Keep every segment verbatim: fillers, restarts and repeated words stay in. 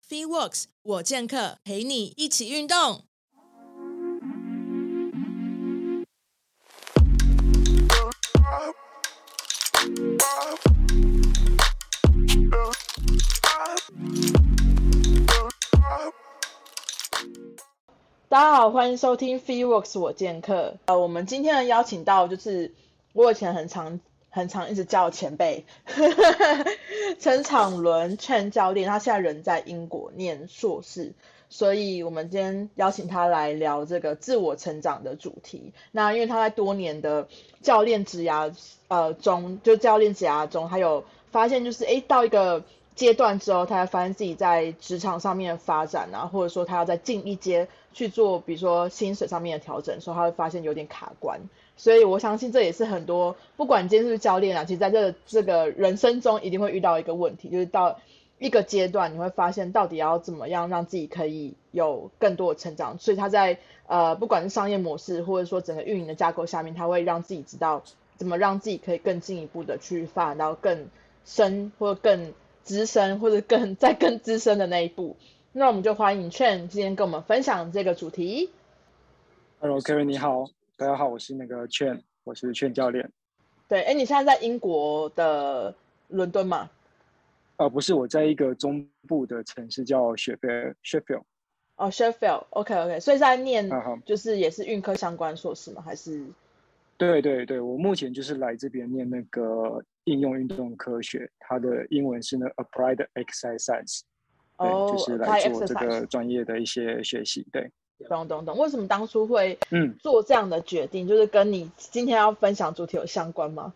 FitWorks 我健客陪你一起运动。大家好，欢迎收听 FitWorks 我健客。呃，我们今天的邀请到就是我以前很常很常一直叫前辈陈昶伦Chen教练，他现在人在英国念硕士，所以我们今天邀请他来聊这个自我成长的主题。那因为他在多年的教练职涯呃中，就教练职涯中，他有发现就是诶到一个阶段之后，他才发现自己在职场上面的发展啊，或者说他要再进一阶去做，比如说薪水上面的调整，所以他会发现有点卡关。所以我相信这也是很多，不管你今天是不是教练啊，其实在这个这个人生中一定会遇到一个问题，就是到一个阶段你会发现到底要怎么样让自己可以有更多的成长。所以他在呃不管是商业模式或者说整个运营的架构下面，他会让自己知道怎么让自己可以更进一步的去发展到更深或者更资深或者更再更资深的那一步。那我们就欢迎 Chen 今天跟我们分享这个主题。 Hello Kevin 你好，大家好，我是那个 Chen， 我是 Chen 教练。 对，哎，你现在在英国的伦敦吗？ 呃，不是，我在一个中部的城市叫雪菲尔 Sheffield。 哦 ，Sheffield，OK OK， 所以在念啊好， 就是也是运科相关硕士吗？还是？ 对对对，我目前就是来这边念那个应用运动科学，它的英文是那 Applied Exercise Science， 对， 哦就是来 ，Apply 做这 exercise。 个专业的一些学习，对。 懂懂懂，为什么当初会嗯做这样的决定？就是跟你今天要分享主题有相关吗？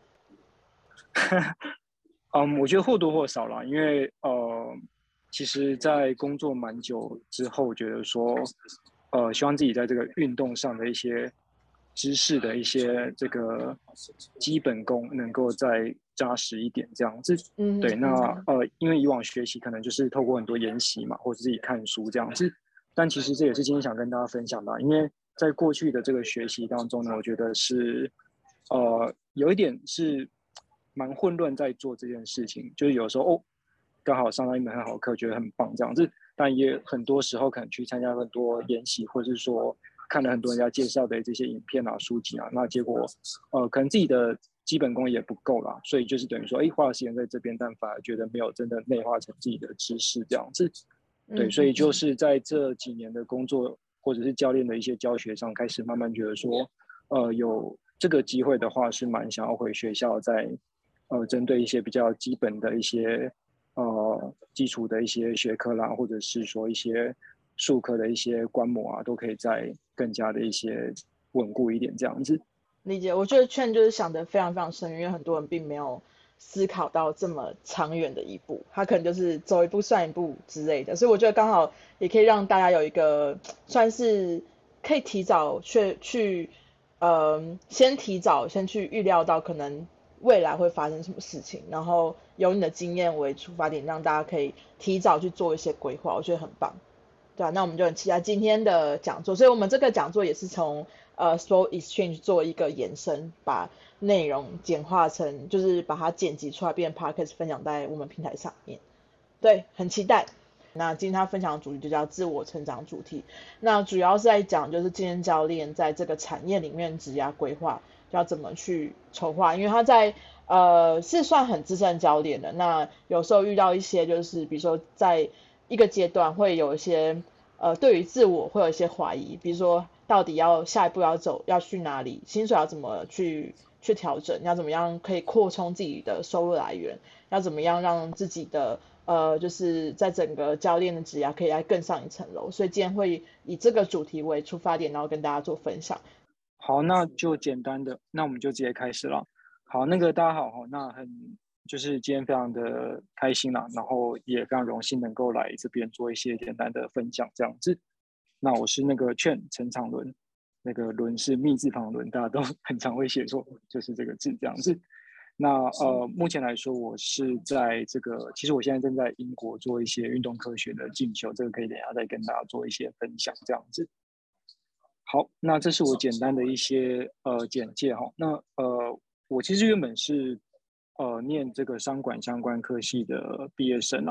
嗯，我觉得或多或少啦，因为呃，其实，在工作蛮久之后，觉得说，呃，希望自己在这个运动上的一些知识的一些这个基本功能够再扎实一点，这样子。 嗯对，那嗯呃，因为以往学习可能就是透过很多研习嘛，或者自己看书这样子，但其实这也是今天想跟大家分享的啊，因为在过去的这个学习当中呢，我觉得是呃有一点是蛮混乱在做这件事情，就是有时候哦刚好上到一门很好的课，觉得很棒这样子，但也很多时候可能去参加很多研习，或者是说看了很多人家介绍的这些影片啊、书籍啊，那结果呃可能自己的基本功也不够啦，所以就是等于说，哎，花了时间在这边，但反而觉得没有真的内化成自己的知识这样子。对， 嗯所以就是在这几年的工作或者是教练的一些教学上，开始慢慢觉得说，呃，有这个机会的话，是蛮想要回学校在，呃，针对一些比较基本的一些呃基础的一些学科啦，或者是说一些术科的一些观摩啊，都可以再更加的一些稳固一点这样子。 理解。我觉得劝就是想得非常非常深，因为很多人并没有思考到这么长远的一步，他可能就是走一步算一步之类的，所以我觉得刚好也可以让大家有一个算是可以提早去去，呃，先提早先去预料到可能未来会发生什么事情，然后由你的经验为出发点，让大家可以提早去做一些规划，我觉得很棒。对啊，那我们就很期待今天的讲座，所以我们这个讲座也是从呃 Sport Exchange 做一个延伸，把内容简化成，就是把它剪辑出来变 podcast 分享在我们平台上面。对，很期待。那今天他分享的主题就叫自我成长主题，那主要是在讲就是健身教练在这个产业里面职业规划要怎么去筹划，因为他在呃是算很资深教练的，那有时候遇到一些就是比如说在一个阶段会有一些呃对于自我会有一些怀疑，比如说到底要下一步要走要去哪里，薪水要怎么去去调整，要怎么样可以扩充自己的收入来源，要怎么样让自己的呃就是在整个教练的职业可以再更上一层楼，所以今天会以这个主题为出发点，然后跟大家做分享。 好，那就简单的，那我们就直接开始了。好，那个大家好，那很就是今天非常的开心啦，然后也非常荣幸能够来这边做一些简单的分享这样子。那我是那个Chen陈昶伦，那个伦是密字旁的伦，大家都很常会写错，就是这个字这样子。那呃，目前来说，我是在这个，其实我现在正在英国做一些运动科学的进修，这个可以等一下再跟大家做一些分享这样子。好，那这是我简单的一些呃简介哈。那呃，我其实原本是呃念这个商管相关科系的毕业生啦，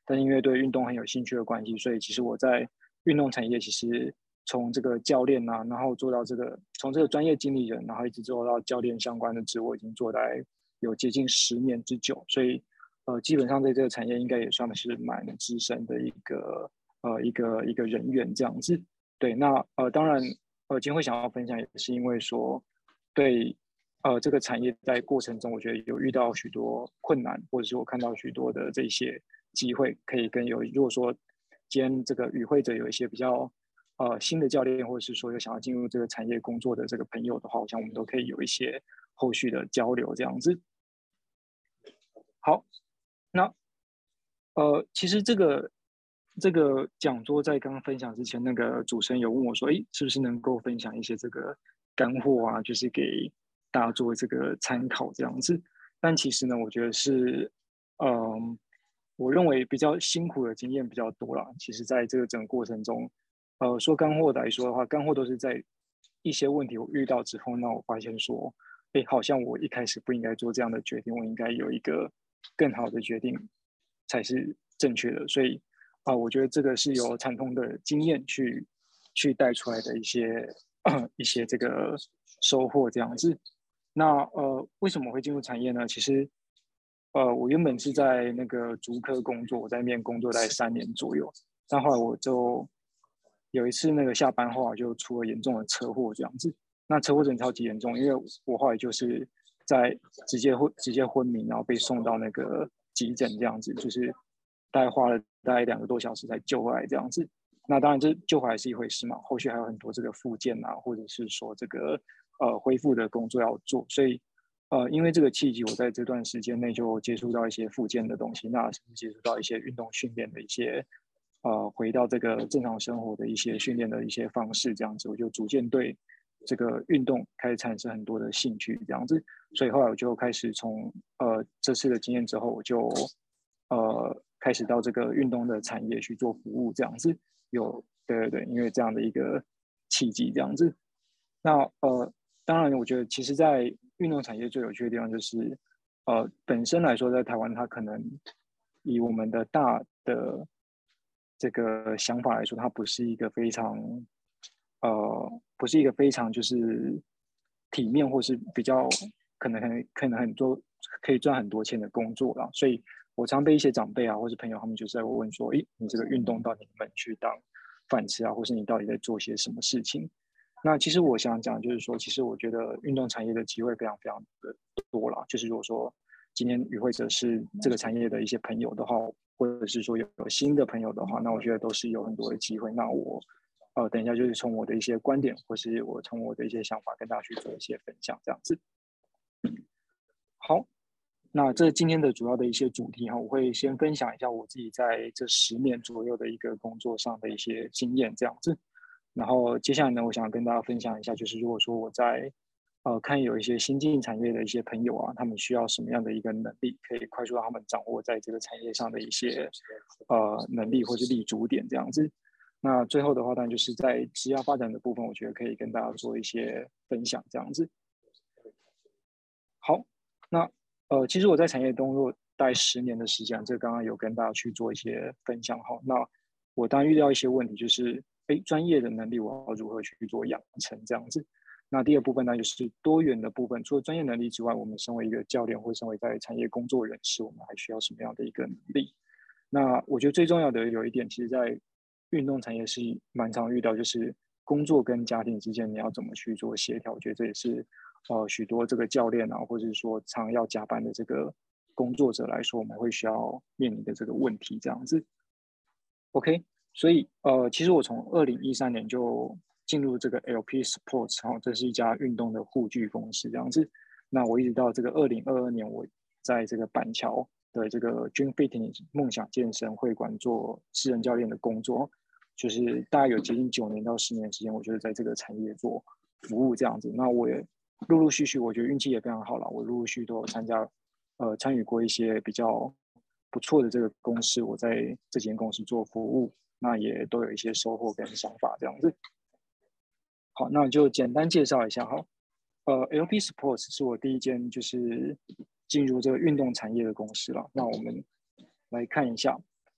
但因为对运动很有兴趣的关系，所以其实我在运动产业其实从这个教练啊，然后做到这个从这个专业经理人，然后一直做到教练相关的职务，已经做来有接近十年之久，所以呃基本上在这个产业应该也算是蛮资深的一个呃一个一个人员这样子。对，那呃当然呃今天会想要分享也是因为说对呃这个产业在过程中，我觉得有遇到许多困难，或者是我看到许多的这些机会，可以跟有如果说今天这个与会者有一些比较呃新的教练，或者是说有想要进入这个产业工作的这个朋友的话，我想我们都可以有一些后续的交流这样子。好，那呃其实这个这个讲座在刚刚分享之前，那个主持人有问我说，哎，是不是能够分享一些这个干货啊，就是给大家做这个参考这样子。但其实呢，我觉得是，嗯，我认为比较辛苦的经验比较多啦。其实在这个整个过程中，呃，说干货来说的话，干货都是在一些问题我遇到之后，那我发现说，哎，好像我一开始不应该做这样的决定，我应该有一个更好的决定才是正确的。所以啊、呃我觉得这个是由惨痛的经验去去带出来的一些一些这个收获这样子。那呃，为什么会进入产业呢？其实呃，我原本是在那个竹科工作，我在那边工作大概三年左右，但后来我就有一次那个下班后啊，就出了严重的车祸这样子。那车祸真的超级严重，因为我后来就是在直接昏直接昏迷，然后被送到那个急诊这样子，就是大概花了大概两个多小时才救回来这样子。那当然这救回来是一回事嘛，后续还有很多这个复健啊，或者是说这个呃恢复的工作要做，所以呃因为这个契机，我在这段时间内就接触到一些复健的东西，那甚至接触到一些运动训练的一些呃回到这个正常生活的一些训练的一些方式，这样子我就逐渐对这个运动开始产生很多的兴趣，这样子，所以后来我就开始从呃这次的经验之后，我就呃开始到这个运动的产业去做服务，这样子。有，对对对，因为这样的一个契机，这样子。那呃，当然，我觉得其实，在运动产业最有趣的地方就是，呃，本身来说，在台湾，它可能以我们的大的这个想法来说，它不是一个非常呃，不是一个非常就是体面或是比较可能很可能很多可以赚很多钱的工作啦。所以我常被一些长辈啊或是朋友他们就是在问说，诶，你这个运动到底能不能去当饭吃啊，或是你到底在做些什么事情？那其实我想讲就是说，其实我觉得运动产业的机会非常非常的多啦。就是如果说今天与会者是这个产业的一些朋友的话，或者是说有有新的朋友的话，那我觉得都是有很多的机会。那我呃，等一下就是从我的一些观点，或是我从我的一些想法跟大家去做一些分享，这样子。好，那这今天的主要的一些主题哈，我会先分享一下我自己在这十年左右的一个工作上的一些经验，这样子。然后接下来呢，我想跟大家分享一下，就是如果说我在呃看有一些新进产业的一些朋友啊，他们需要什么样的一个能力，可以快速让他们掌握在这个产业上的一些呃能力或是立足点这样子。那最后的话，当然就是在职业发展的部分，我觉得可以跟大家做一些分享这样子。好，那呃，其实我在产业工作大概十年的时间，这刚刚有跟大家去做一些分享哈。那我当然遇到一些问题，就是哎，专业的能力我要如何去做养成这样子。那第二部分呢，就是多元的部分，除了专业能力之外，我们身为一个教练或身为在产业工作人士，我们还需要什么样的一个能力？那我觉得最重要的有一点，其实在运动产业是蛮常遇到，就是工作跟家庭之间你要怎么去做协调？我觉得这也是呃许多这个教练啊，或者是说常要加班的这个工作者来说，我们会需要面临的这个问题这样子。OK，所以呃，其实我从二零一三年就进入这个 L P Sports，然后这是一家运动的护具公司这样子。那我一直到这个二零二二年，我在这个板桥的这个 Dream Fitness 梦想健身会馆做私人教练的工作，就是大概有接近九年到十年时间，我就是在这个产业做服务这样子。那我也陆陆续续，我觉得运气也非常好了，我陆陆续续都有参加呃参与过一些比较不错的这个公司，我在这间公司做服务，那也都有一些收获跟想法这样子。好，那就简单介绍一下哈。呃，L P Sports 是我第一间就是进入这个运动产业的公司了。那我们来看一下，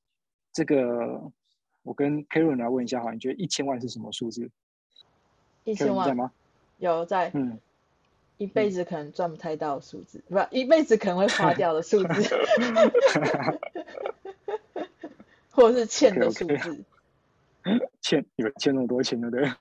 这个我跟 Karen 来问一下，好，你觉得一千万是什么数字？ 一千 Karen 在万吗？ 有在， 嗯一辈子可能赚不太到的数字，不，一辈子可能会花掉的数字，或者是欠 ，OK 的数 OK， 字。 欠有欠那么多钱，对不对？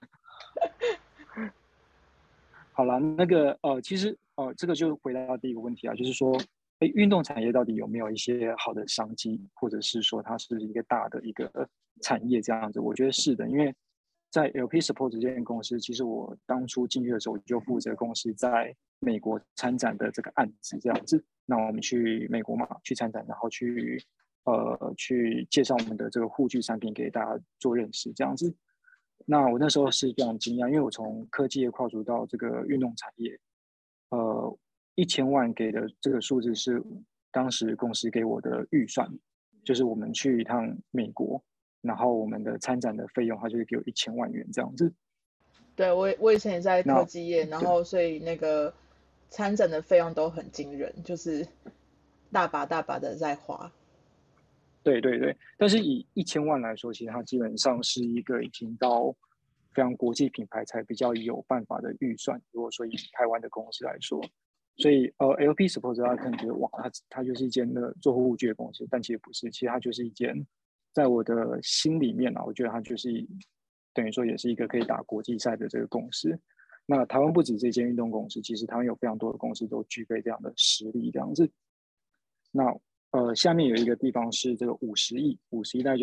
好了，那个呃，其实呃，这个就回答到第一个问题啊，就是说，哎，运动产业到底有没有一些好的商机，或者是说它是一个大的一个产业这样子？我觉得是的，因为在 L P Support 这间公司，其实我当初进去的时候，我就负责公司在美国参展的这个案子这样子。那我们去美国嘛，去参展，然后去呃去介绍我们的这个护具产品给大家做认识这样子。那我那时候是非常惊讶，因为我从科技业跨足到这个运动产业，呃，一千万给的这个数字是当时公司给我的预算，就是我们去一趟美国，然后我们的参展的费用，他就会给我一千万元这样子。 对，我我以前也在科那技业，然对后所以那个参诊的费用都很惊人，就是大把大把的在花。 对对对，但是以一千万来说，其实它基本上是一个已经到非常国际品牌才比较有办法的预算。如果说以台湾的公司来说，所以呃，L P Support 大家可能觉得哇，它它就是一间的做护具的公司，但其实不是，其实它就是一间在我的心里面啊，我觉得它就是等于说也是一个可以打国际赛的这个公司。那台湾不止这间运动公司，其实台湾有非常多的公司都具备这样的实力，这样子。那呃，下面有一个地方是这个五十亿，五十亿大概就是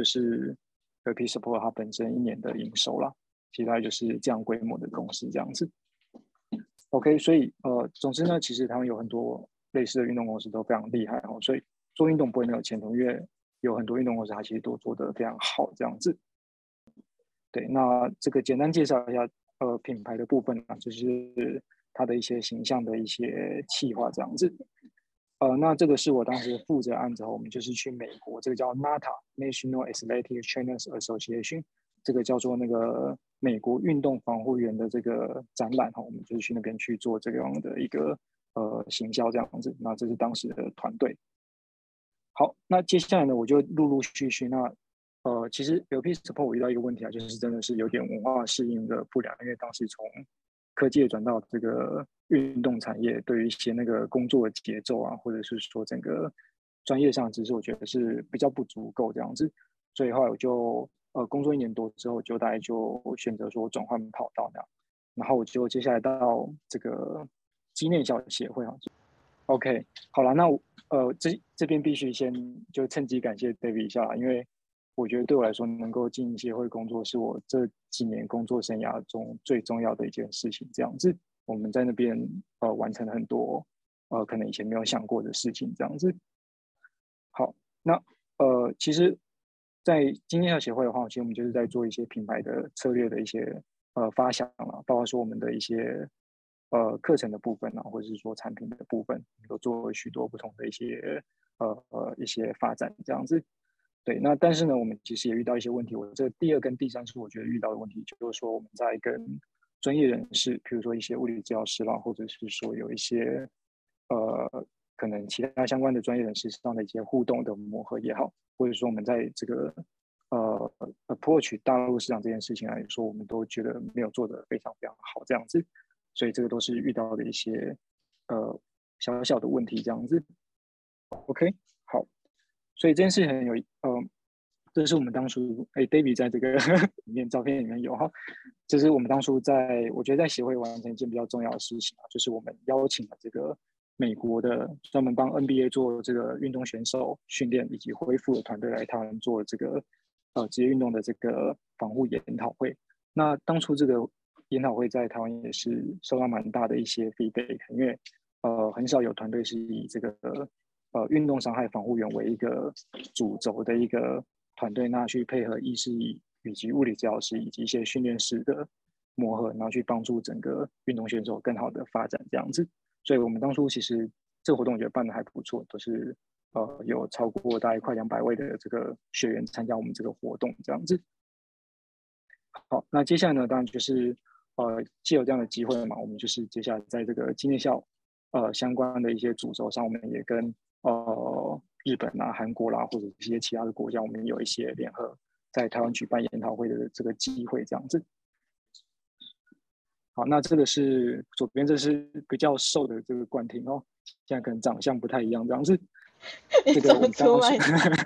L P Support 它本身一年的营收啦，其实大概就是这样规模的公司这样子。OK，所以呃，总之呢，其实他们有很多类似的运动公司都非常厉害哦，所以做运动不会没有前途，因为有很多运动公司它其实都做得非常好这样子。对，那这个简单介绍一下呃品牌的部分啊，就是它的一些形象的一些企划这样子。呃，那这个是我当时负责案子后，我们就是去美国，这个叫 N A T A National Athletic Trainers Association，这个叫做那个美国运动防护员的这个展览哈，我们就是去那边去做这样的一个呃行销这样子。那这是当时的团队。好，那接下来呢，我就陆陆续续那呃，其实 L P Support 我遇到一个问题啊，就是真的是有点文化适应的不良，因为当时从科技转到这个运动产业，对于一些那个工作的节奏啊，或者是说整个专业上的知识，我觉得是比较不足够这样子。所以后来我就呃工作一年多之后，就大概就选择说转换跑道那样，然后我就接下来到这个机内小协会啊。OK，好了，那我呃这这边必须先就趁机感谢 David 一下啦，因为我觉得对我来说，能够进协会工作是我这几年工作生涯中最重要的一件事情。这样子，我们在那边呃完成了很多呃可能以前没有想过的事情。这样子，好，那呃其实，在经验校协会的话，其实我们就是在做一些品牌的策略的一些呃发想啦，包括说我们的一些呃课程的部分啊，或者是说产品的部分，都做了许多不同的一些呃呃一些发展这样子。对，那但是呢，我们其实也遇到一些问题。我这第二跟第三是我觉得遇到的问题，就是说我们在跟专业人士，比如说一些物理治疗师啦，或者是说有一些呃可能其他相关的专业人士上的一些互动的磨合也好，或者说我们在这个呃 approach 大陆市场这件事情来说，我们都觉得没有做得非常非常好这样子，所以这个都是遇到的一些呃小小的问题这样子。OK，好。所以这件事很有，呃，这是我们当初，哎，David 在这个里面照片里面有哈，这是我们当初在，我觉得在协会完成一件比较重要的事情啊，就是我们邀请了这个美国的专门帮 N B A 做这个运动选手训练以及恢复的团队来台湾做这个呃职业运动的这个防护研讨会。那当初这个研讨会在台湾也是受到蛮大的一些 feedback，因为呃很少有团队是以这个呃运动伤害防护员为一个主轴的一个团队，那去配合医师以及物理治疗师以及一些训练师的磨合，然后去帮助整个运动选手更好的发展这样子。所以我们当初其实这个活动我觉得办的还不错，都是呃有超过大概快两百位的这个学员参加我们这个活动这样子。好，那接下来呢，当然就是呃既有这样的机会嘛，我们就是接下来在这个经验校呃相关的一些主轴上，我们也跟呃日本啊、韩国啦，或者一些其他的国家，我们有一些联合在台湾举办研讨会的这个机会，这样子。好，那这个是左边，这是比较瘦的这个冠廷哦，现在可能长相不太一样，这样子。这个我们当时，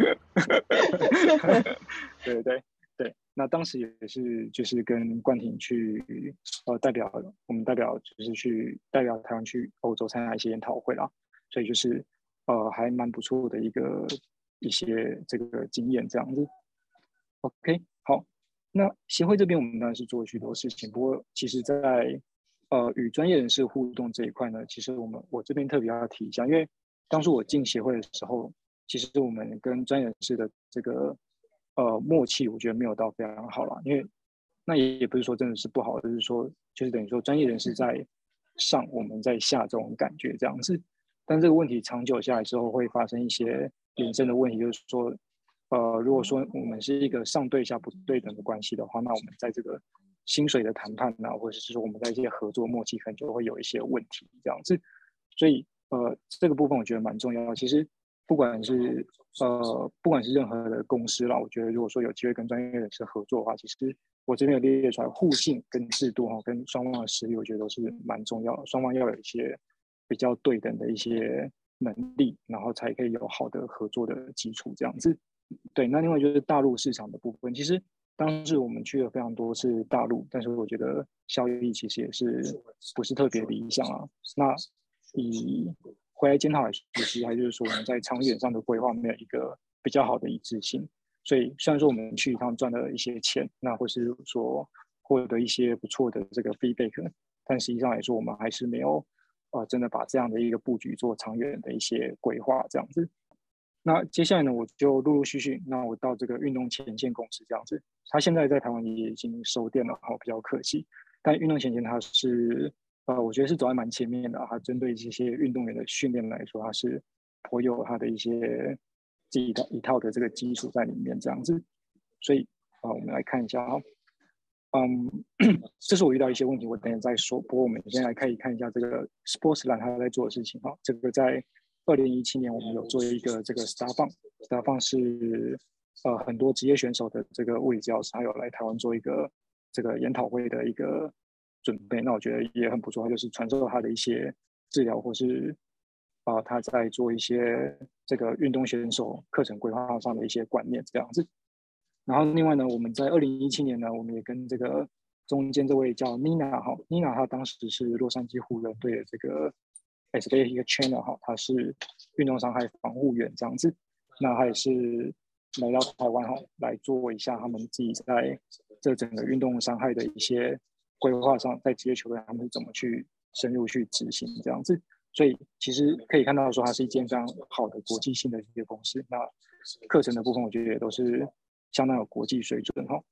对对对，那当时也是就是跟冠廷去呃代表我们代表就是去代表台湾去欧洲参加一些研讨会啦，所以就是呃还蛮不错的一个一些这个经验这样子。OK， 好。那协会这边我们当然是做了许多事情，不过其实在呃与专业人士互动这一块呢，其实我们我这边特别要提一下，因为当初我进协会的时候，其实我们跟专业人士的这个呃默契，我觉得没有到非常好啦，因为那也也不是说真的是不好，就是说就是等于说专业人士在上，我们在下这种感觉这样子，但这个问题长久下来之后会发生一些衍生的问题，就是说。呃，如果说我们是一个上对下不对等的关系的话，那我们在这个薪水的谈判啊，或者是说我们在一些合作默契，可能就会有一些问题这样子。所以呃，这个部分我觉得蛮重要。其实不管是呃，不管是任何的公司啦，我觉得如果说有机会跟专业人士合作的话，其实我这边有列出来互信跟制度哈，跟双方的实力，我觉得都是蛮重要的。双方要有一些比较对等的一些能力，然后才可以有好的合作的基础这样子。对，那另外就是大陆市场的部分，其实当时我们去了非常多次大陆，但是我觉得效益其实也是不是特别理想啊。那以回来检讨来说，其实还就是说我们在长远上的规划没有一个比较好的一致性。所以虽然说我们去一趟赚了一些钱，那或是说获得一些不错的这个 feedback， 但实际上来说，我们还是没有呃真的把这样的一个布局做长远的一些规划这样子。那接下来呢，我就陆陆续续，那我到这个运动前线公司这样子，他现在在台湾也已经收店了，好比较可惜。但运动前线它是，呃，我觉得是走在蛮前面的，它针对这些运动员的训练来说，它是颇有它的一些自己的一套的这个基础在里面这样子。所以啊、呃，我们来看一下哈，嗯，这是我遇到一些问题，我等一下再说。不过我们先来看一看一下这个 Sportsline 他在做的事情哈，这个在。二零一七年，我们有做一个这个 Star Fund，Star Fund 是呃很多职业选手的这个物理治疗师，还有来台湾做一个这个研讨会的一个准备。那我觉得也很不错，他就是传授他的一些治疗，或是啊、呃、他在做一些这个运动选手课程规划上的一些观念这样子。然后另外呢，我们在二零一七年呢，我们也跟这个中间这位叫 Nina 哈，Nina 她当时是洛杉矶湖人队的这个。S B A 一个 trainer 哈，他是运动伤害防护员这样子，那他也是来到台湾哈，来做一下他们自己在这整个运动伤害的一些规划上，在职业球队他们是怎么去深入去执行这样子，所以其实可以看到说它是一间非常好的国际性的一些公司，那课程的部分我觉得也都是相当有国际水准哈。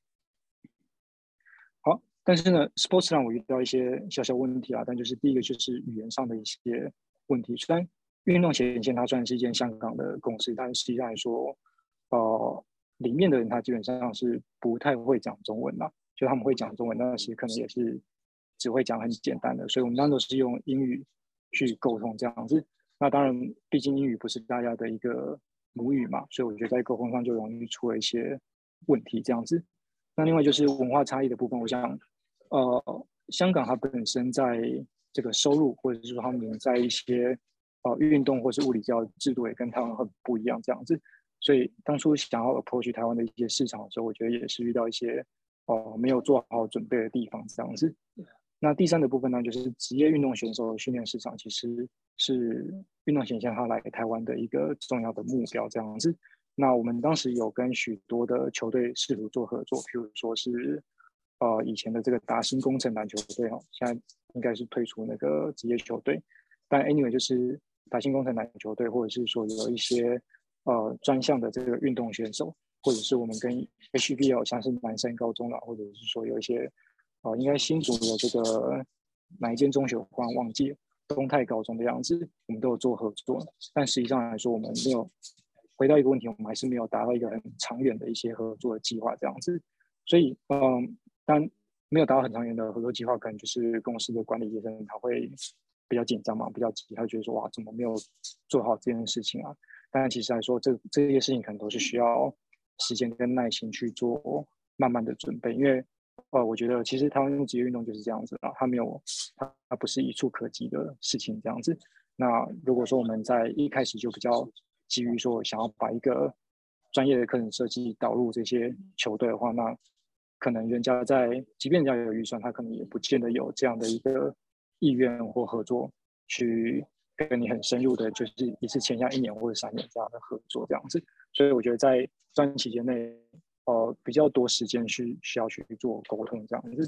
好，但是呢 ，Sports 让我遇到一些小小问题啊，但就是第一个就是语言上的一些问题。虽然运动前线它虽然是一间香港的公司，但实际上来说，呃，里面的人他基本上是不太会讲中文啦，就他们会讲中文，但是可能也是只会讲很简单的，所以我们当时都是用英语去沟通这样子。那当然，毕竟英语不是大家的一个母语嘛，所以我觉得在沟通上就容易出了一些问题这样子。那另外就是文化差异的部分，我想，呃，香港它本身在这个收入，或者是说他们在一些呃运动或是物理教育制度也跟台湾很不一样这样子，所以当初想要 approach 台湾的一些市场的时候，我觉得也是遇到一些呃没有做好准备的地方这样子。那第三的部分呢，就是职业运动选手的训练市场，其实是运动选项它来台湾的一个重要的目标这样子。那我们当时有跟许多的球队试图做合作，譬如说是呃以前的这个达兴工程篮球队哈，现在应该是退出那个职业球队，但 anyway 就是达兴工程篮球队，或者是说有一些呃专项的这个运动选手，或者是我们跟 H B L 像是南山高中啦，或者是说有一些呃应该新竹的这个哪一间中学我忽然忘记了，东泰高中的样子，我们都有做合作，但实际上来说我们没有。回到一个问题，我们还是没有达到一个很长远的一些合作的计划这样子，所以嗯，当然没有达到很长远的合作计划，可能就是公司的管理阶层他会比较紧张嘛，比较急，他会觉得说哇，怎么没有做好这件事情啊？ 但其实来说，这这些事情可能都是需要时间跟耐心去做慢慢的准备，因为呃，我觉得其实台湾职业运动就是这样子啊，它没有它它不是一触可及的事情这样子。那如果说我们在一开始就比较急于说想要把一个专业的课程设计导入这些球队的话，那可能人家在即便人家有预算，他可能也不见得有这样的一个意愿或合作去跟你很深入的，就是一次签下一年或者三年这样的合作这样子。所以我觉得在这段期间内，呃，比较多时间是需要去做沟通这样子。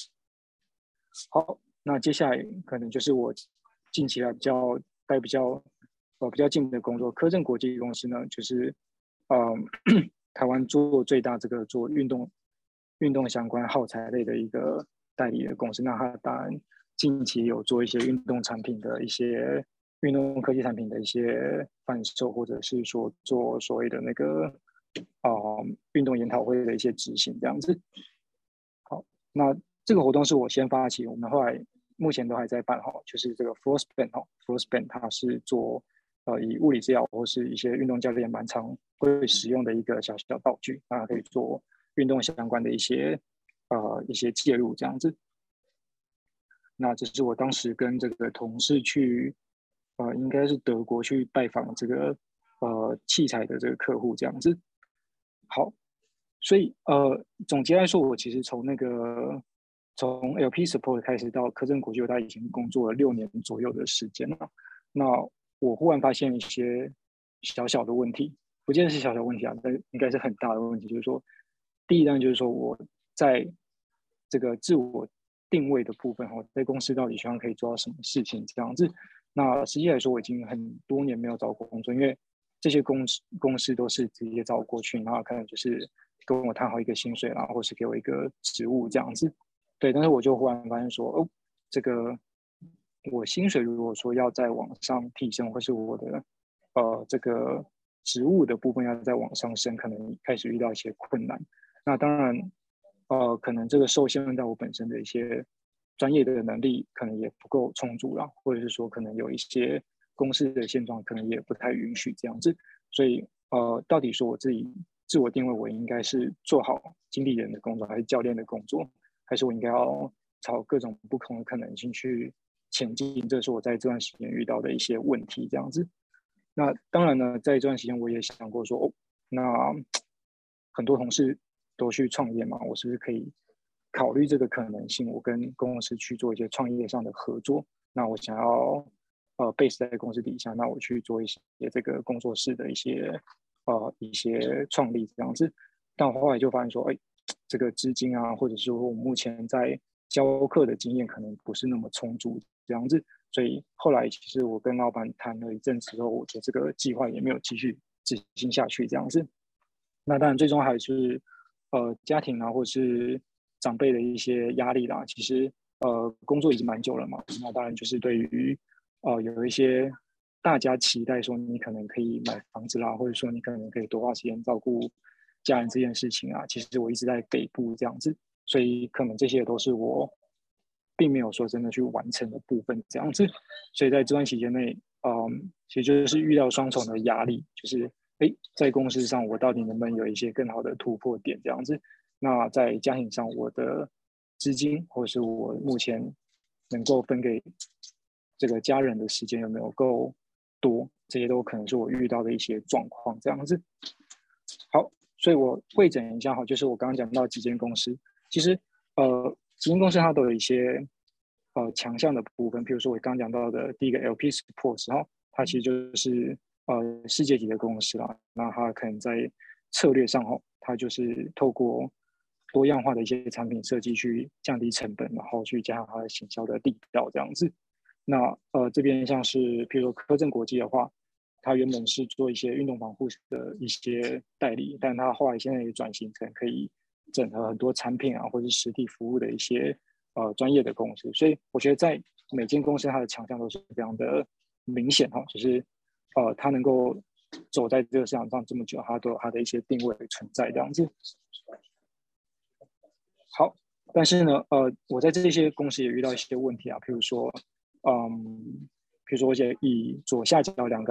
好，那接下来可能就是我近期来比较待比较呃比较近的工作，科正国际公司呢，就是呃台湾做最大这个做运动运动相关耗材类的一个代理的公司。那它当然近期有做一些运动产品的一些运动科技产品的一些贩售，或者是说做所谓的那个呃运动研讨会的一些执行这样子。好，那这个活动是我先发起，我们后来目前都还在办哈，就是这个 Frostband 哈 ，Frostband 它是做呃以物理治疗或是一些运动教练蛮常会使用的一个小小道具，那可以做运动相关的一些呃一些介入这样子。那这是我当时跟这个同事去呃应该是德国去拜访这个呃器材的这个客户这样子。好，所以呃，总结来说，我其实从那个从 L P support 开始到科正国际，我大概已经工作了六年左右的时间了。那我忽然发现一些小小的问题，不见得是小小问题啊，但应该是很大的问题。就是说，第一当然就是说我在这个自我定位的部分，哈，在公司到底希望可以做到什么事情这样子。那实际来说，我已经很多年没有找过工作，因为这些公司公司都是直接找我过去，然后可能就是跟我谈好一个薪水啦，或是给我一个职务这样子。对，但是我就忽然发现说，哦，这个我薪水如果说要再往上提升，或是我的呃这个职务的部分要再往上升，可能开始遇到一些困难。那当然，呃，可能这个受限在我本身的一些专业的能力可能也不够充足啦，或者是说可能有一些公司的现状可能也不太允许这样子。所以呃，到底说我自己自我定位，我应该是做好经理人的工作，还是教练的工作，还是我应该要朝各种不同的可能性去前进？这是我在这段时间遇到的一些问题，这样子。那当然呢，在这段时间我也想过说，哦，那很多同事都去创业嘛，我是不是可以考虑这个可能性？我跟公司去做一些创业上的合作。那我想要呃 base 在公司底下，那我去做一些这个工作室的一些呃一些创立这样子。但我后来就发现说，哎，这个资金啊，或者说我目前在教课的经验可能不是那么充足这样子。所以后来其实我跟老板谈了一阵之后，我觉得这个计划也没有继续执行下去这样子。那当然最终还是呃家庭啊，或是长辈的一些压力啦。其实呃工作已经蛮久了嘛，那当然就是对于呃有一些大家期待说你可能可以买房子啦，或者说你可能可以多花时间照顾家人这件事情啊，其实我一直在北部这样子，所以可能这些都是我并没有说真的去完成的部分这样子。所以在这段期间内，嗯，其实就是遇到双重的压力，就是哎，在公司上我到底能不能有一些更好的突破点这样子？那在家庭上，我的资金或是我目前能够分给这个家人的时间有没有够多？这些都可能是我遇到的一些状况这样子。好，所以我会诊一下哈，就是我刚刚讲到几间公司，其实呃几间公司它都有一些呃强项的部分，譬如说我刚刚讲到的第一个 L P Sports 哈，它其实就是呃世界级的公司啦，那它可能在策略上哈，它就是透过多样化的一些产品设计去降低成本，然后去加上它的行销的力道这样子。那呃这边像是譬如说科正国际的话，它原本是做一些运动防护的一些代理，但它后来现在也转型成可以整合很多产品啊，或者是实体服务的一些呃专业的公司。所以我觉得在每间公司它的强项都是非常的明显哈，就是呃它能够走在这个市场上这么久，它都有它的一些定位存在这样子。好，但是呢，呃，我在这些公司也遇到一些问题啊，譬如说，嗯，譬如说，我以左下角两个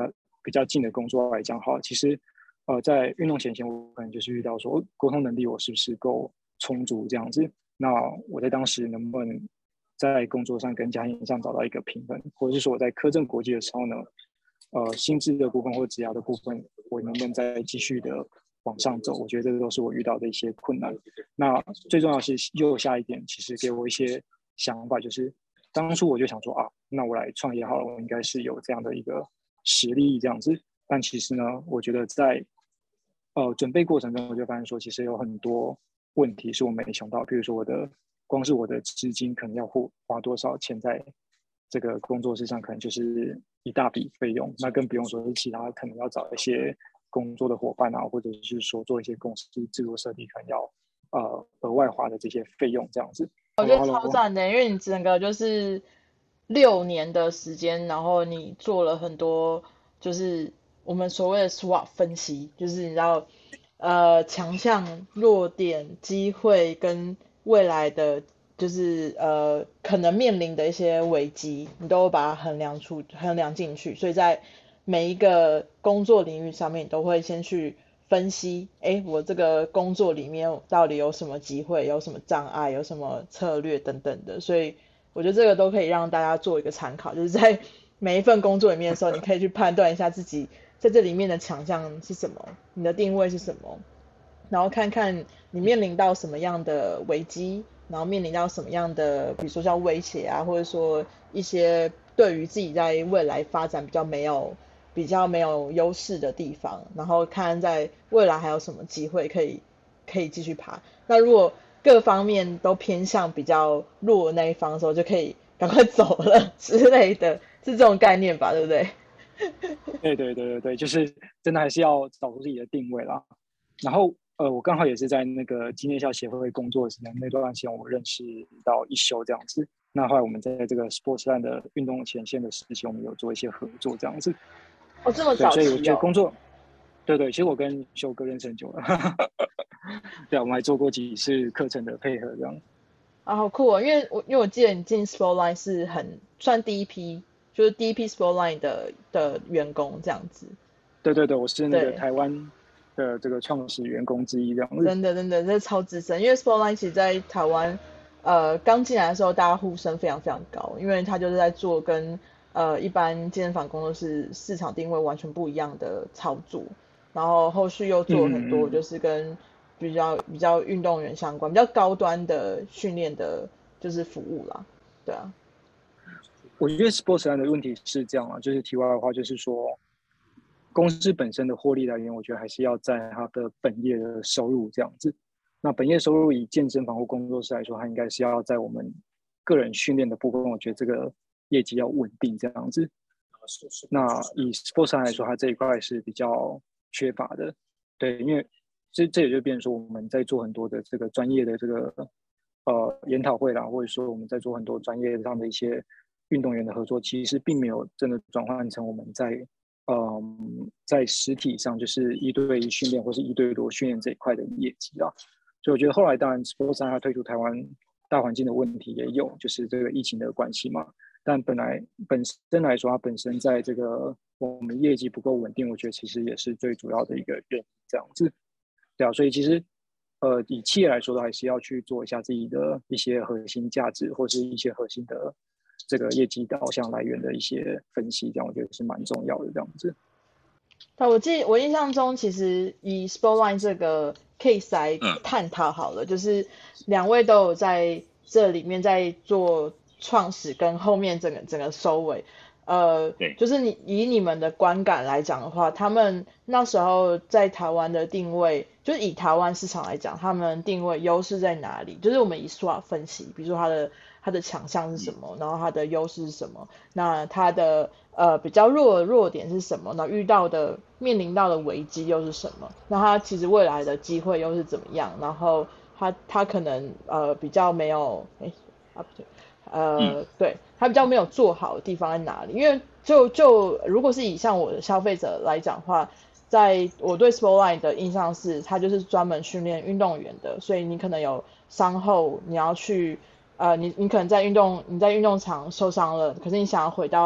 比较近的工作来讲，好，其实呃在运动前线，我可能就是遇到说沟通能力我是不是够充足这样子。那我在当时能不能在工作上跟家庭上找到一个平衡，或者是说我在科政国际的时候呢，呃，薪资的部分或职涯的部分，我能不能再继续的往上走？我觉得这都是我遇到的一些困难。那最重要的是右下一点，其实给我一些想法，就是当初我就想说啊，那我来创业好了，我应该是有这样的一个实力这样子。但其实呢，我觉得在呃准备过程中，我就发现说，其实有很多问题是我没想到，比如说我的光是我的资金可能要花多少钱在这个工作室上，可能就是一大笔费用，那更不用说是其他可能要找一些工作的伙伴啊，或者是说做一些公司制度设计，可能要呃额外花的这些费用这样子。 我觉得超赞的，因为你整个就是六年的时间，然后你做了很多就是我们所谓的 S W O T 分析，就是你知道呃强项、弱点、机会跟未来的就是呃可能面临的一些危机，你都把它衡量出衡量进去，所以在每一个工作领域上面，你都会先去分析，哎，我这个工作里面到底有什么机会，有什么障碍，有什么策略等等的，所以我觉得这个都可以让大家做一个参考，就是在每一份工作里面的时候，你可以去判断一下自己在这里面的强项是什么，你的定位是什么，然后看看你面临到什么样的危机，然后面临到什么样的，比如说像威胁啊，或者说一些对于自己在未来发展比较没有比较没有优势的地方，然后看在未来还有什么机会可以可以继续爬。那如果各方面都偏向比较弱的那一方的时候，就可以赶快走了之类的，是这种概念吧，对不对？ 对对对对对，就是真的还是要找出自己的定位啦。然后呃，我刚好也是在那个纪念校协会工作的时间，那段时间我认识到一休这样子。那后来我们在这个 Sportsline 的运动前线的时期，我们有做一些合作这样子。 哦，这么对， 早期哦。 所以我觉得工作，对对，其实我跟修哥认识很久了，对，我们还做过几次课程的配合这样。 啊，好酷哦！因为我因为我记得你进 Sportline 是很算第一批，就是第一批 Sportline 的的员工这样子。 对对对，我是那个对， 台湾的这个创始员工之一这样子。 真的真的，这超资深。因为 Sportline 其实在台湾，呃，刚进来的时候，大家呼声非常非常高，因为他就是在做跟呃一般健身房工作室市场定位完全不一样的操作，然后后续又做很多嗯嗯嗯， 就是跟比较比较运动员相关、比较高端的训练的，就是服务啦。对啊。 我觉得 Sportsline 的问题是这样啊，就是题外的话，就是说公司本身的获利来源，我觉得还是要在它的本业的收入这样子。那本业收入以健身房或工作室来说，它应该是要在我们个人训练的部分，我觉得这个业绩要稳定这样子。那以 Sportsline 来说，它这一块是比较缺乏的，对，因为这这也就变成说我们在做很多的这个专业的这个呃研讨会啦，或者说我们在做很多专业上的一些运动员的合作，其实并没有真的转换成我们在嗯在实体上就是一对一训练或是一对多训练这一块的业绩啊。所以我觉得后来当然 Sportsline 它推出台湾大环境的问题也有，就是这个疫情的关系嘛。但本来本身来说，它本身在这个我们业绩不够稳定，我觉得其实也是最主要的一个原因，这样子。对啊，所以其实呃，以企业来说，还是要去做一下自己的一些核心价值，或是一些核心的这个业绩导向来源的一些分析，这样我觉得是蛮重要的，这样子。 对，我记我印象中，其实以 Sportline 这个 case 来探讨好了，就是两位都有在这里面在做创始跟后面整个整个收尾。呃， 对， 就是你以你们的观感来讲的话，他们那时候在台湾的定位，就是以台湾市场来讲，他们定位优势在哪里？就是我们以 S W O T 分析，比如说它的它的强项是什么，然后它的优势是什么，那它的呃比较弱的弱点是什么？那遇到的面临到的危机又是什么？那它其实未来的机会又是怎么样？然后它它可能呃比较没有哎啊不对。呃，对，它比较没有做好的地方在哪里？因为就就如果是以像我的消费者来讲的话，在我对 Sportline 的印象是，它就是专门训练运动员的，所以你可能有伤后，你要去呃，你你可能在运动你在运动场受伤了，可是你想要回到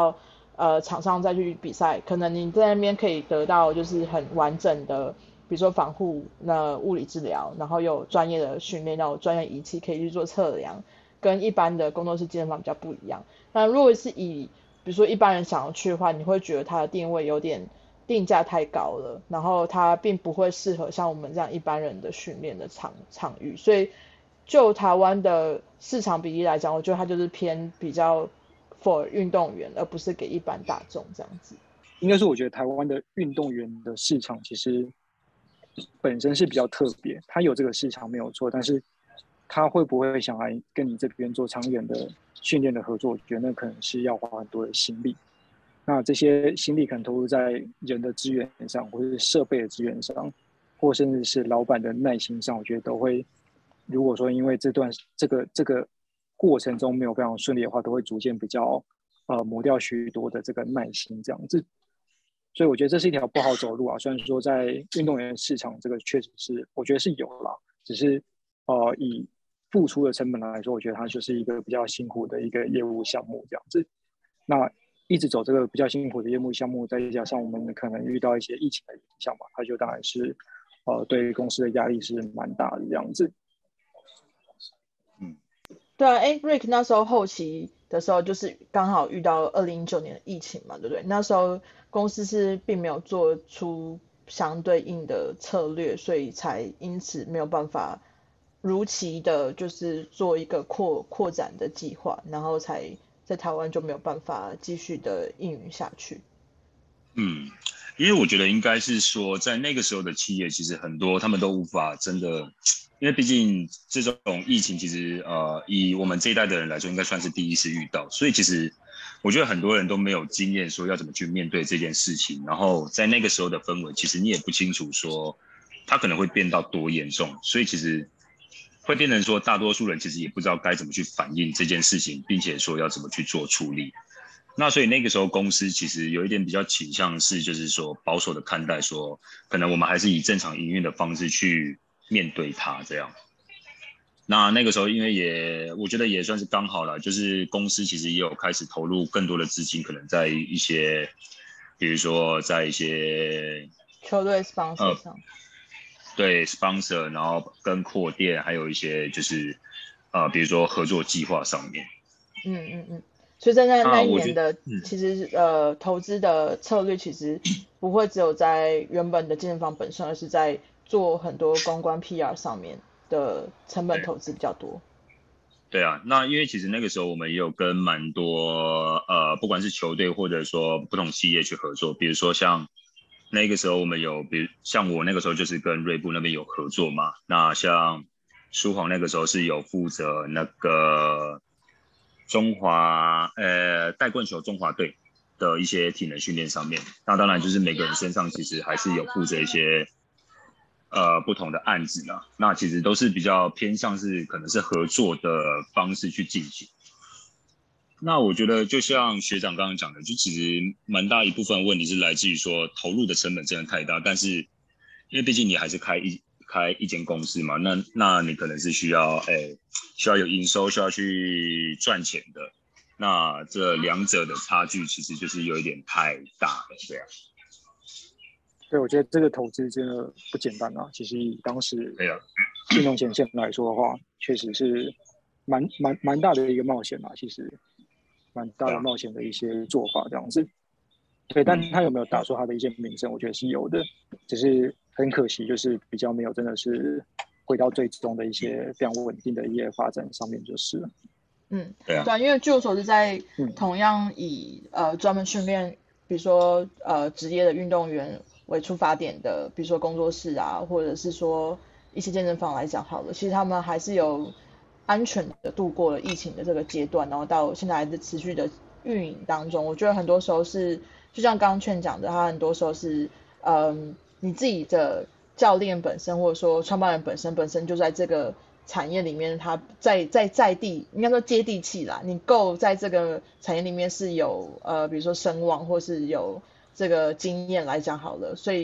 呃场上再去比赛，可能你在那边可以得到就是很完整的，比如说防护、那物理治疗，然后有专业的训练，有专业仪器可以去做测量，跟一般的工作室健身房比较不一样。那如果是以比如说一般人想要去的话，你会觉得它的定位有点定价太高了，然后它并不会适合像我们这样一般人的训练的场场域，所以就台湾的市场比例来讲，我觉得它就是偏比较 for 运动员，而不是给一般大众这样子。 应该说，我觉得台湾的运动员的市场其实本身是比较特别，它有这个市场没有错，但是他会不会想来跟你这边做长远的训练的合作？我觉得那可能是要花很多的心力。那这些心力可能投入在人的资源上，或者是设备的资源上，或甚至是老板的耐心上，我觉得都会。如果说因为这段这个这个过程中没有非常顺利的话，都会逐渐比较呃磨掉许多的这个耐心这样子。所以我觉得这是一条不好走路啊。虽然说在运动员市场这个确实是我觉得是有啦，只是呃以付出的成本来说，我觉得它就是一个比较辛苦的一个业务项目这样子。那一直走这个比较辛苦的业务项目，再加上我们可能遇到一些疫情的影响嘛，它就当然是呃对公司的压力是蛮大的这样子。 嗯，对啊，哎 ，Rick 那时候后期的时候，就是刚好遇到二零一九年的疫情嘛，对不对？那时候公司是并没有做出相对应的策略，所以才因此没有办法如期的，就是做一个扩扩展的计划，然后才在台湾就没有办法继续的运营下去。 嗯，因为我觉得应该是说，在那个时候的企业，其实很多他们都无法真的，因为毕竟这种疫情，其实呃，以我们这一代的人来说，应该算是第一次遇到，所以其实我觉得很多人都没有经验，说要怎么去面对这件事情。然后在那个时候的氛围，其实你也不清楚说它可能会变到多严重，所以其实会变成说，大多数人其实也不知道该怎么去反应这件事情，并且说要怎么去做处理。那所以那个时候公司其实有一点比较倾向是，就是说保守的看待说，可能我们还是以正常营运的方式去面对它这样。那那个时候因为也我觉得也算是刚好了，就是公司其实也有开始投入更多的资金，可能在一些，比如说在一些球队 sponsor 上、呃， 对 sponsor， 然后跟扩店，还有一些就是呃，比如说合作计划上面。 嗯嗯嗯。所以在那那一年的，其实呃投资的策略其实不会只有在原本的健身房本身，而是在做很多公关 P R 上面的成本投资比较多。 对啊，那因为其实那个时候我们也有跟蛮多呃不管是球队或者说不同企业去合作，比如说像那个时候我们有，比如像我那个时候就是跟锐步那边有合作嘛，那像舒煌那个时候是有负责那个。中华呃带棍球中华队的一些体能训练上面，那当然就是每个人身上其实还是有负责一些呃不同的案子啦，那其实都是比较偏向是可能是合作的方式去进行。那我觉得就像学长刚刚讲的，就其实蛮大一部分问题是来自于说投入的成本真的太大，但是因为毕竟你还是开一开一间公司嘛，那那你可能是需要诶需要有营收，需要去赚钱的，那这两者的差距其实就是有一点太大了，这样。 对，我觉得这个投资真的不简单啊。其实以当时运动前线来说的话，确实是蛮蛮蛮大的一个冒险啊。其实蛮大的冒险的一些做法这样子。对，但他有没有打出他的一些名声？我觉得是有的，只是很可惜，就是比较没有真的是回到最终的一些非常稳定的业发展上面就是了。 嗯，对啊，对啊，因为据我所知，在同样以、嗯、呃专门训练，比如说呃职业的运动员为出发点的，比如说工作室啊，或者是说一些健身房来讲好了，其实他们还是有安全的度过了疫情的这个阶段，然后到现在还是持续的运营当中。我觉得很多时候是，就像刚刚劝讲的，他很多时候是，嗯，你自己的教练本身，或者说创办人本身本身就在这个产业里面，他在在在地，应该说接地气啦。你够在这个产业里面是有呃，比如说声望或是有这个经验来讲好了，所以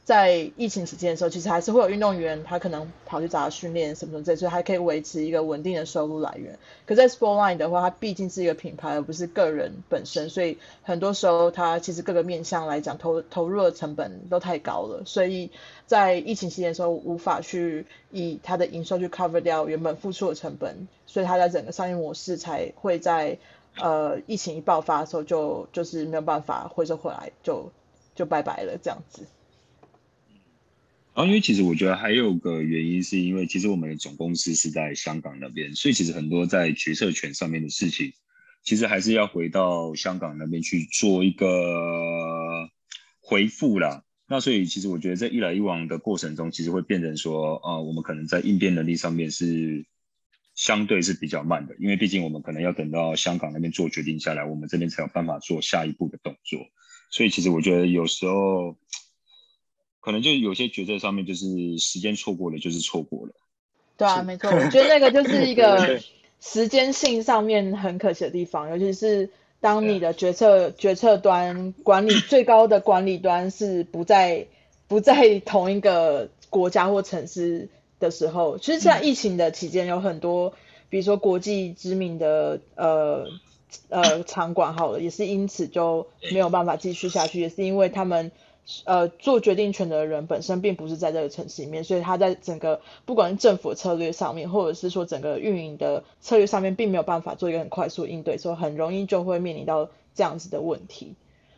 在疫情期间的时候，其实还是会有运动员他可能跑去找他训练什么什么之类，所以还可以维持一个稳定的收入来源。可在 Sportline 的话，它毕竟是一个品牌，而不是个人本身，所以很多时候它其实各个面向来讲投投入的成本都太高了，所以在疫情期间的时候无法去以它的营收去 cover 掉原本付出的成本，所以它在整个商业模式才会在呃疫情一爆发的时候就就是没有办法回收回来，就就拜拜了这样子。 然后，因为其实我觉得还有个原因，是因为其实我们的总公司是在香港那边，所以其实很多在决策权上面的事情，其实还是要回到香港那边去做一个回复啦。那所以其实我觉得在一来一往的过程中，其实会变成说，呃，我们可能在应变能力上面是相对是比较慢的，因为毕竟我们可能要等到香港那边做决定下来，我们这边才有办法做下一步的动作。所以其实我觉得有时候。可能就有些决策上面就是时间错过了，就是错过了。 对啊，没错，我觉得那个就是一个时间性上面很可惜的地方，尤其是当你的决策决策端管理最高的管理端是不在不在同一个国家或城市的时候，其实现在疫情的期间有很多，比如说国际知名的呃呃场馆好了，也是因此就没有办法继续下去，也是因为他们。呃，做决定权的人本身并不是在这个城市里面，所以他在整个不管是政府的策略上面，或者是说整个运营的策略上面，并没有办法做一个很快速的应对，所以很容易就会面临到这样子的问题。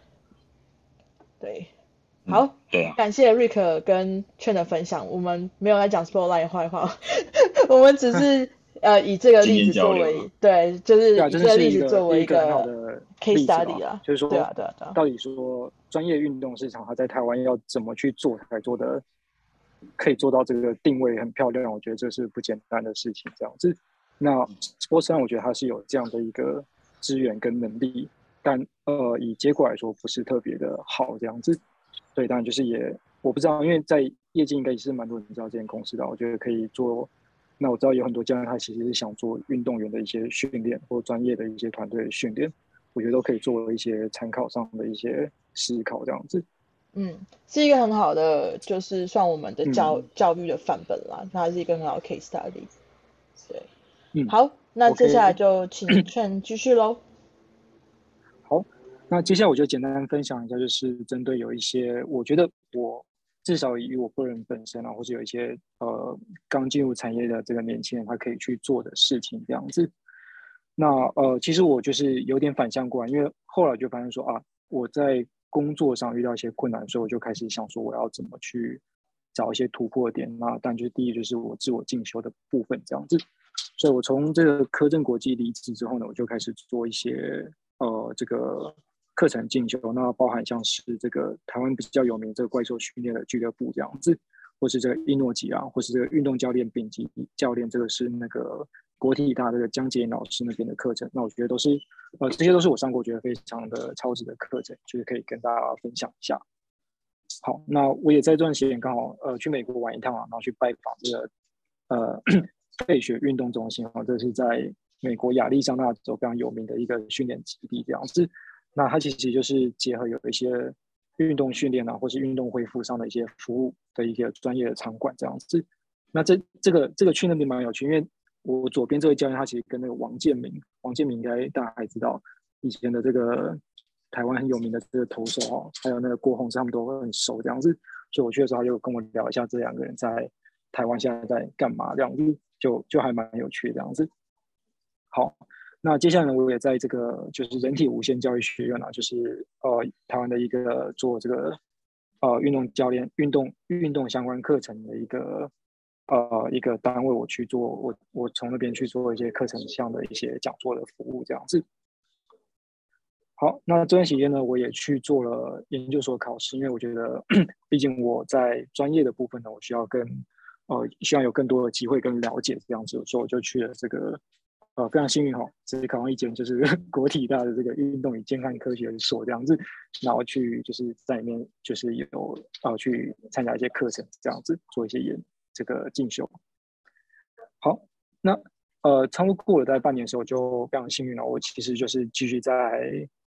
对，好， 嗯、对啊， 感谢 Rick 跟 Chen 的分享，我们没有来讲 Sportline 坏话，我们只是呃以这个例子作为，对，就是以这个例子作为一个 case study 啦， 就是说， 对啊，对啊，对啊， 到底说专业运动市场它在台湾要怎么去做才做的可以做到这个定位很漂亮，我觉得这是不简单的事情。这样子，那 Sportline 我觉得它是有这样的一个资源跟能力，但呃以结果来说不是特别的好这样子，所以当然就是也我不知道，因为在业界应该也是蛮多人知道这间公司的，我觉得可以做。那我知道有很多教练他其实是想做运动员的一些训练或专业的一些团队的训练，我觉得都可以作为一些参考上的一些思考这样子。 嗯，是一个很好的，就是算我们的教、 嗯、 教育的范本啦，它是一个很好的 case study。对， 嗯， 好，那接下来 OK 就请劝继续喽。 好，那接下来我就简单分享一下，就是针对有一些我觉得我至少以我个人本身啊，或者有一些呃刚进入产业的这个年轻人，他可以去做的事情这样子。那呃，其实我就是有点反向过来，因为后来就发现说啊，我在工作上遇到一些困难，所以我就开始想说我要怎么去找一些突破点。那但就是第一就是我自我进修的部分这样子。所以我从这个科政国际离职之后呢，我就开始做一些呃这个课程进修，那包含像是这个台湾比较有名这个怪兽训练的俱乐部这样子，或是这个一诺吉啊，或是这个运动教练丙级教练，这个是那个国体大这个江杰老师那边的课程。那我觉得都是呃这些都是我上过觉得非常的超值的课程，就是可以跟大家分享一下。好，那我也在这段时间刚好呃去美国玩一趟啊，然后去拜访这个呃费雪运动中心啊，这是在美国亚利桑那州非常有名的一个训练基地这样子。那它其实就是结合有一些运动训练啊，或是运动恢复上的一些服务的一个专业的场馆这样子。那这这个这个去那边蛮有趣，因为我左边这位教练他其实跟那个王建民，王建民应该大家还知道，以前的这个台湾很有名的这个投手哦，还有那个郭宏志他们都很熟这样子。所以我去的时候他就跟我聊一下这两个人在台湾现在在干嘛这样子，就就还蛮有趣的这样子。好。那接下来呢，我也在这个就是人体无限教育学院啊，就是呃台湾的一个做这个呃运动教练、运动运动相关课程的一个呃一个单位，我去做我我从那边去做一些课程项的一些讲座的服务这样子。好，那这段时间呢，我也去做了研究所考试，因为我觉得毕竟我在专业的部分呢，我需要更呃需要有更多的机会跟了解这样子，所以我就去了这个。呃，非常幸运哈、哦，只是考上一间就是国体大的这个运动与健康科学所这样子，然后去就是在里面就是有呃去参加一些课程这样子，做一些研这个进修。好，那呃差不多过了大概半年的时候，就非常幸运了，我其实就是继续在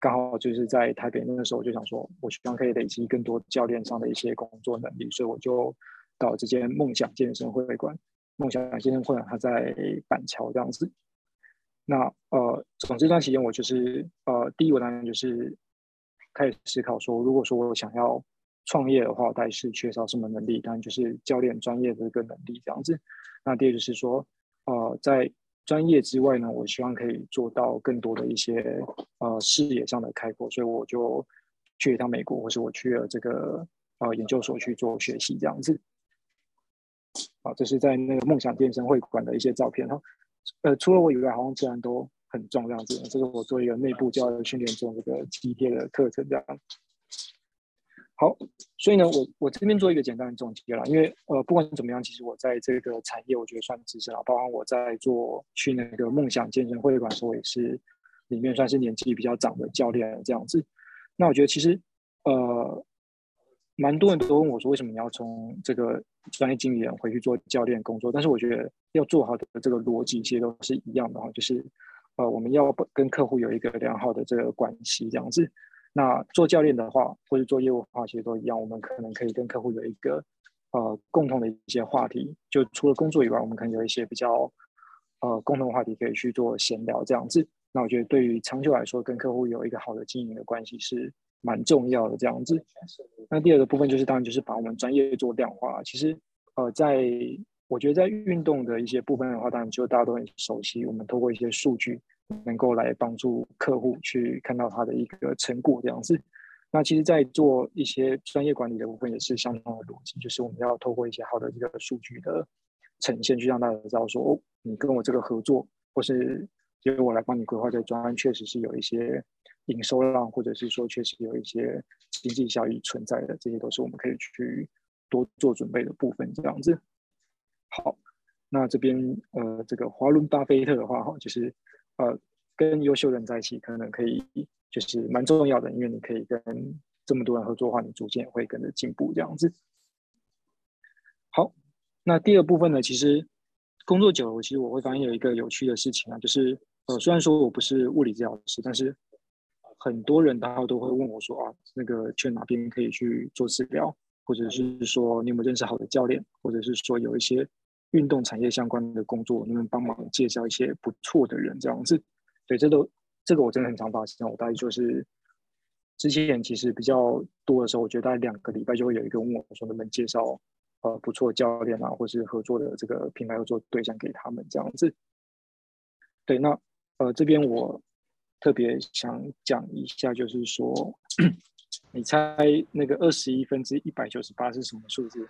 刚好就是在台北那个时候，我就想说，我希望可以累积更多教练上的一些工作能力，所以我就到这间梦想健身会馆。梦想健身会馆它在板桥这样子。那呃，总之这段期间，我就是呃，第一，我当然就是开始思考说，如果说我想要创业的话，我大概是缺少什么能力？当然就是教练专业的一个能力这样子。那第二就是说，呃，在专业之外呢，我希望可以做到更多的一些呃视野上的开阔，所以我就去一趟美国，或是我去了这个呃研究所去做学习这样子。啊，这是在那个梦想健身会馆的一些照片。然后，呃，除了我以外，好像其他人都很壮这样子。这是我做一个内部教练训练中这个体贴的课程这样。好，所以呢，我我这边做一个简单的总结啦，因为呃，不管怎么样，其实我在这个产业，我觉得算资深了，包括我在做去那个梦想健身会馆的时候，也是里面算是年纪比较长的教练这样子。那我觉得其实呃，蛮多人都问我说，为什么你要从这个专业经理人回去做教练工作？但是我觉得要做好的这个逻辑其实都是一样的哈，就是呃，我们要跟客户有一个良好的这个关系这样子。那做教练的话，或者做业务的话，其实都一样。我们可能可以跟客户有一个呃共同的一些话题，就除了工作以外，我们可能有一些比较呃共同的话题可以去做闲聊这样子。那我觉得对于长久来说，跟客户有一个好的经营的关系是蛮重要的这样子。那第二个部分就是，当然就是把我们专业做量化。其实呃，在我觉得在运动的一些部分的话，当然就大家都很熟悉，我们透过一些数据。能够来帮助客户去看到他的一个成果这样子。那其实在做一些专业管理的部分也是相同的逻辑，就是我们要透过一些好的这个数据的呈现，去让大家知道说，哦，你跟我这个合作，或是由我来帮你规划这个专案，确实是有一些营收量，或者是说确实有一些经济效益存在的，这些都是我们可以去多做准备的部分这样子。好，那这边呃，这个华伦巴菲特的话，哈，就是呃，跟优秀人在一起，可能可以就是蛮重要的，因为你可以跟这么多人合作的话，你逐渐会跟着进步这样子。好，那第二部分呢，其实工作久了，其实我会发现有一个有趣的事情啊，就是呃，虽然说我不是物理治疗师，但是很多人他都会问我说啊，那个去哪边可以去做治疗，或者是说你有没有认识好的教练，或者是说有一些运动产业相关的工作，能不能帮忙介绍一些不错的人这样子？对，这都这个我真的很常发现。我大概就是之前其实比较多的时候，我觉得大概两个礼拜就会有一个问我说能不能介绍呃不错的教练啊，或是合作的这个品牌合作对象给他们这样子。对，那呃这边我特别想讲一下，就是说，你猜那个二十一分之一百九十八是什么数字？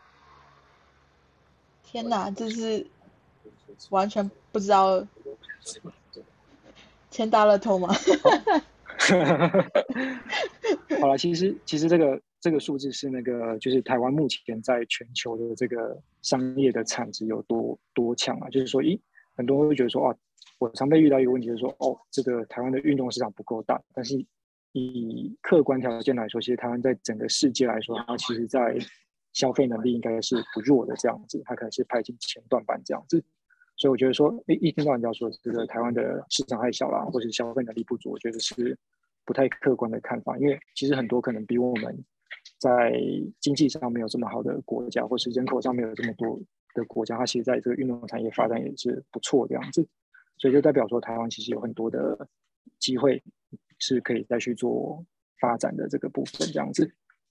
天哪，这是完全不知道，签大乐透吗？ 好了，其实其实这个这个数字是那个，就是台湾目前在全球的这个商业的产值有多多强啊？就是说，咦，很多人会觉得说，哦，我常被遇到一个问题，就是说，哦，这个台湾的运动市场不够大，但是以客观条件来说，其实台湾在整个世界来说，它其实在消费能力应该是不弱的这样子，它可能是排进前段班这样子。所以我觉得说，一一听到人家说这个台湾的市场太小啦，或者消费能力不足，我觉得是不太客观的看法。因为其实很多可能比我们在经济上没有这么好的国家，或是人口上没有这么多的国家，它其实在这个运动产业发展也是不错这样子。所以就代表说，台湾其实有很多的机会是可以再去做发展的这个部分这样子。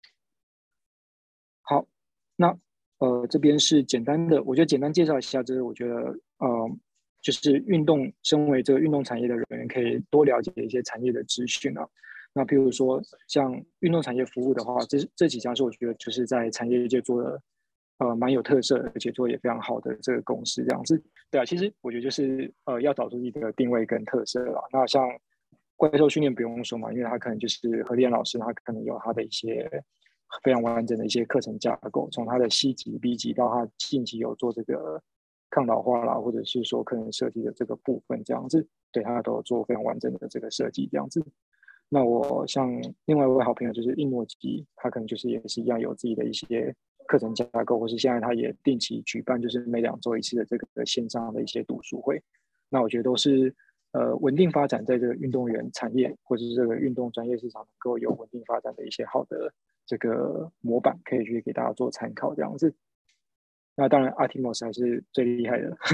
好，那呃这边是简单的，我觉得简单介绍一下，就是我觉得呃就是运动，身为这个运动产业的人员，可以多了解一些产业的资讯啊。那譬如说像运动产业服务的话，这这几家是我觉得就是在产业界做的呃蛮有特色，而且做也非常好的这个公司这样子。对啊，其实我觉得就是呃要找出一个定位跟特色啦。那像怪兽训练不用说嘛，因为他可能就是何立安老师，他可能有他的一些非常完整的一些课程架构，从他的 C 级、B 级到他近期有做这个抗老化啦，或者是说课程设计的这个部分这样子，对他都有做非常完整的这个设计这样子。那我像另外一位好朋友就是印诺基，他可能就是也是一样有自己的一些课程架构，或是现在他也定期举办就是每两周一次的这个线上的一些读书会。那我觉得都是呃稳定发展在这个运动员产业或者是这个运动专业市场能够有稳定发展的一些好的这个模板，可以去给大家做参考这样子。那当然 Artimos 还是最厉害的。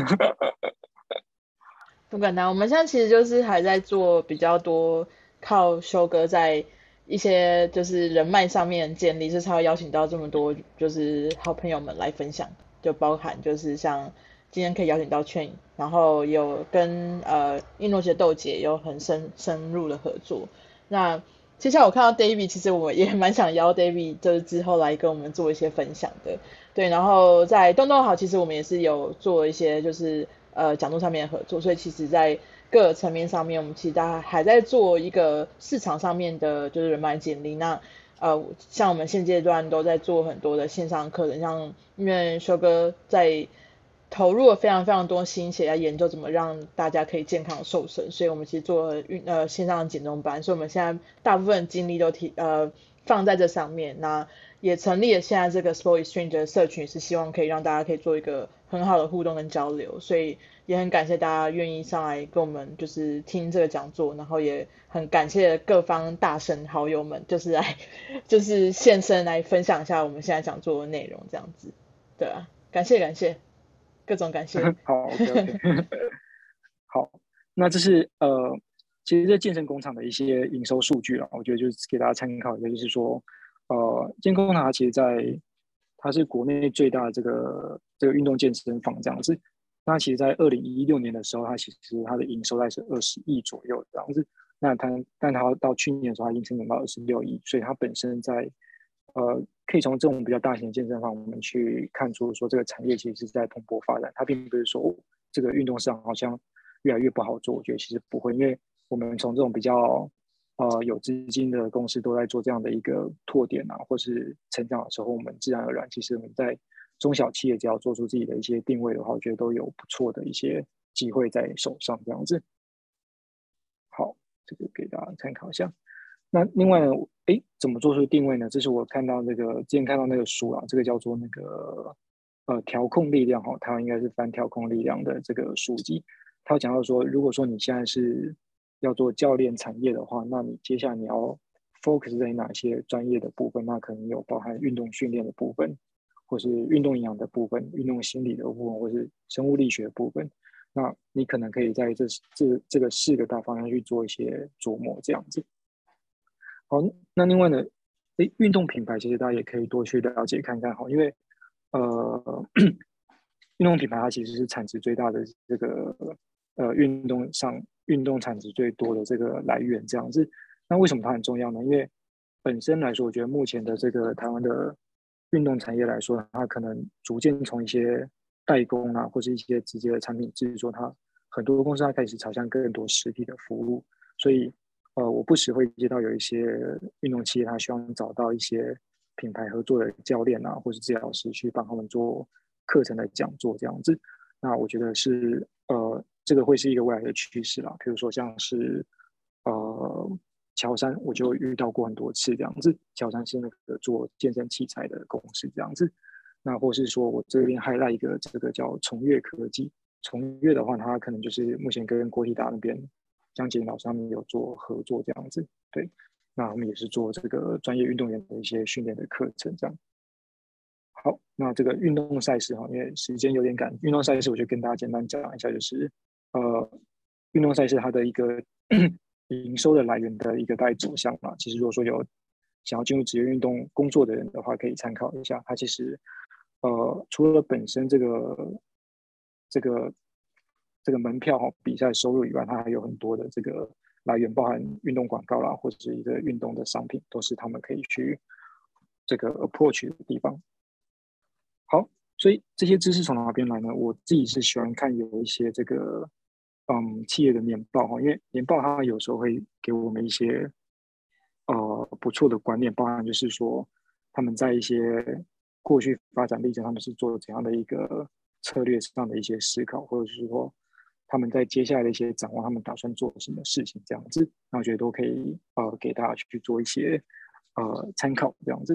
不敢当，我们现在其实就是还在做比较多靠修哥在一些就是人脉上面建立，是才会邀请到这么多就是好朋友们来分享，就包含就是像今天可以邀请到劝，然后有跟呃印诺杰豆姐有很深深入的合作。那接下来我看到 David， 其实我也蛮想邀 David 就是之后来跟我们做一些分享的。对，然后在动动好，其实我们也是有做一些就是呃讲座上面的合作，所以其实在各个层面上面，我们其实大家还在做一个市场上面的就是人脉建立。那呃像我们现阶段都在做很多的线上课程，像因为修哥在投入了非常非常多心血来研究怎么让大家可以健康瘦身，所以我们其实做了运呃线上的减重班，所以我们现在大部分精力都提呃放在这上面。那也成立了现在这个 Sport Exchange 的社群，是希望可以让大家可以做一个很好的互动跟交流，所以也很感谢大家愿意上来跟我们就是听这个讲座，然后也很感谢各方大神好友们，就是来就是现身来分享一下我们现在讲座的内容，这样子，对啊，感谢感谢，各种感谢。 好 ，OK OK， 好，那这是呃，其实这健身工厂的一些营收数据了，我觉得就是给大家参考一下，就是说，呃，健身工厂它其实在它是国内最大的这个这个运动健身房这样子。那其实，在二零一六年的时候，它其实它的营收大概是二十亿左右这样子。那它但它到去年的时候，它已经增长到二十六亿，所以它本身在呃，可以从这种比较大型的健身房，我们去看出说这个产业其实是在蓬勃发展。它并不是说、哦、这个运动市场好像越来越不好做，我觉得其实不会，因为我们从这种比较呃有资金的公司都在做这样的一个拓点啊，或是成长的时候，我们自然而然，其实我们在中小企业只要做出自己的一些定位的话，我觉得都有不错的一些机会在手上这样子。好，这个给大家参考一下。那另外呢，哎，怎么做出定位呢？这是我看到那个之前看到那个书啊，这个叫做那个呃调控力量哈，它应该是翻调控力量的这个书籍。它讲到说，如果说你现在是要做教练产业的话，那你接下来你要 focus 在哪些专业的部分？那可能有包含运动训练的部分，或是运动营养的部分、运动心理的部分，或是生物力学的部分。那你可能可以在这这这个四个大方向去做一些琢磨，这样子。好，那另外呢，诶，运动品牌其实大家也可以多去了解看看哈，因为呃，运动品牌它其实是产值最大的这个呃运动上运动产值最多的这个来源这样子。那为什么它很重要呢？因为本身来说，我觉得目前的这个台湾的运动产业来说，它可能逐渐从一些代工啊，或是一些直接的产品制作，它很多公司它开始朝向更多实体的服务，所以。呃，我不时会接到有一些运动企业，他希望找到一些品牌合作的教练啊，或是治疗师去帮他们做课程的讲座这样子。那我觉得是呃，这个会是一个未来的趋势啦。比如说像是呃乔山，我就遇到过很多次这样子。乔山是那个做健身器材的公司这样子。那或是说我这边还赖一个这个叫崇越科技，崇越的话，它可能就是目前跟国体大那边。江杰老师他们有做合作这样子，对，那我们也是做这个专业运动员的一些训练的课程这样。好，那这个运动赛事哈，因为时间有点赶，运动赛事我就跟大家简单讲一下，就是呃，运动赛事它的一个营收的来源的一个大概走向嘛。其实如果说有想要进入职业运动工作的人的话，可以参考一下。它其实呃，除了本身这个这个。这个门票哈比赛收入以外，它还有很多的这个来源，包含运动广告啦，或者是一个运动的商品，都是他们可以去这个 approach 的地方。好，所以这些知识从哪边来呢？我自己是喜欢看有一些这个嗯企业的年报哈，因为年报它有时候会给我们一些呃不错的观念，包含就是说他们在一些过去发展历程，他们是做怎样的一个策略上的一些思考，或者是说。他们在接下来的一些展望，他们打算做什么事情这样子，那我觉得都可以呃给大家去做一些呃参考这样子。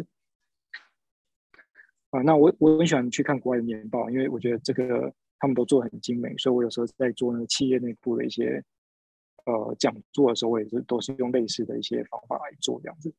啊、呃，那我我很喜欢去看国外的年报，因为我觉得这个他们都做得很精美，所以我有时候在做那个企业内部的一些呃讲座的时候，我也是都是用类似的一些方法来做这样子。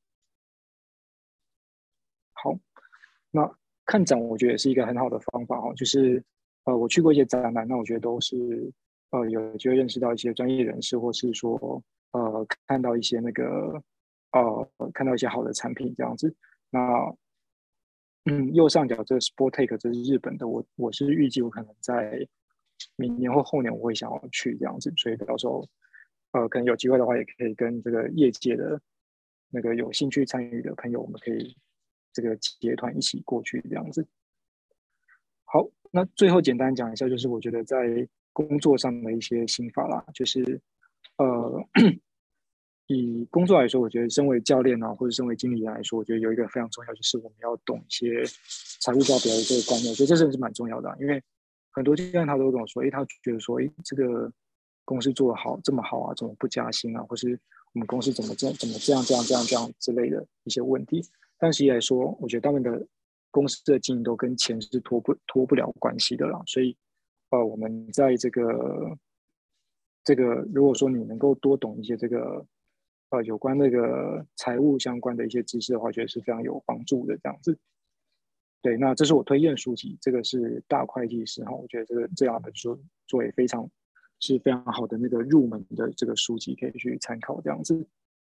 好，那看展我觉得也是一个很好的方法哦，就是呃我去过一些展览，那我觉得都是呃有机会认识到一些专业人士，或是说呃看到一些那个呃看到一些好的产品这样子。那嗯，右上角这个 Sporttech 这是日本的，我我是预计我可能在明年或后年我会想要去这样子，所以到时候呃可能有机会的话，也可以跟这个业界的那个有兴趣参与的朋友，我们可以这个结团一起过去这样子。好，那最后简单讲一下，就是我觉得在工作上的一些心法啦，就是呃以工作来说，我觉得身为教练啊，或者身为经理人来说，我觉得有一个非常重要，就是我们要懂一些财务报表的这个观念。我觉得这真的是蛮重要的、啊，因为很多教练他都跟我说，诶，他觉得说，诶，这个公司做得好这么好啊，怎么不加薪啊，或是我们公司怎么这怎么这样这样这样这样之类的一些问题。但实际来说，我觉得他们的公司的经营都跟钱是脱不脱不了关系的啦。所以，呃，我们在这个这个，如果说你能够多懂一些这个。呃，有关那个财务相关的一些知识的话，我觉得是非常有帮助的。这样子，对，那这是我推荐的书籍，这个是大会计师哈，我觉得这个这样的书作为非常是非常好的那个入门的这个书籍，可以去参考这样子。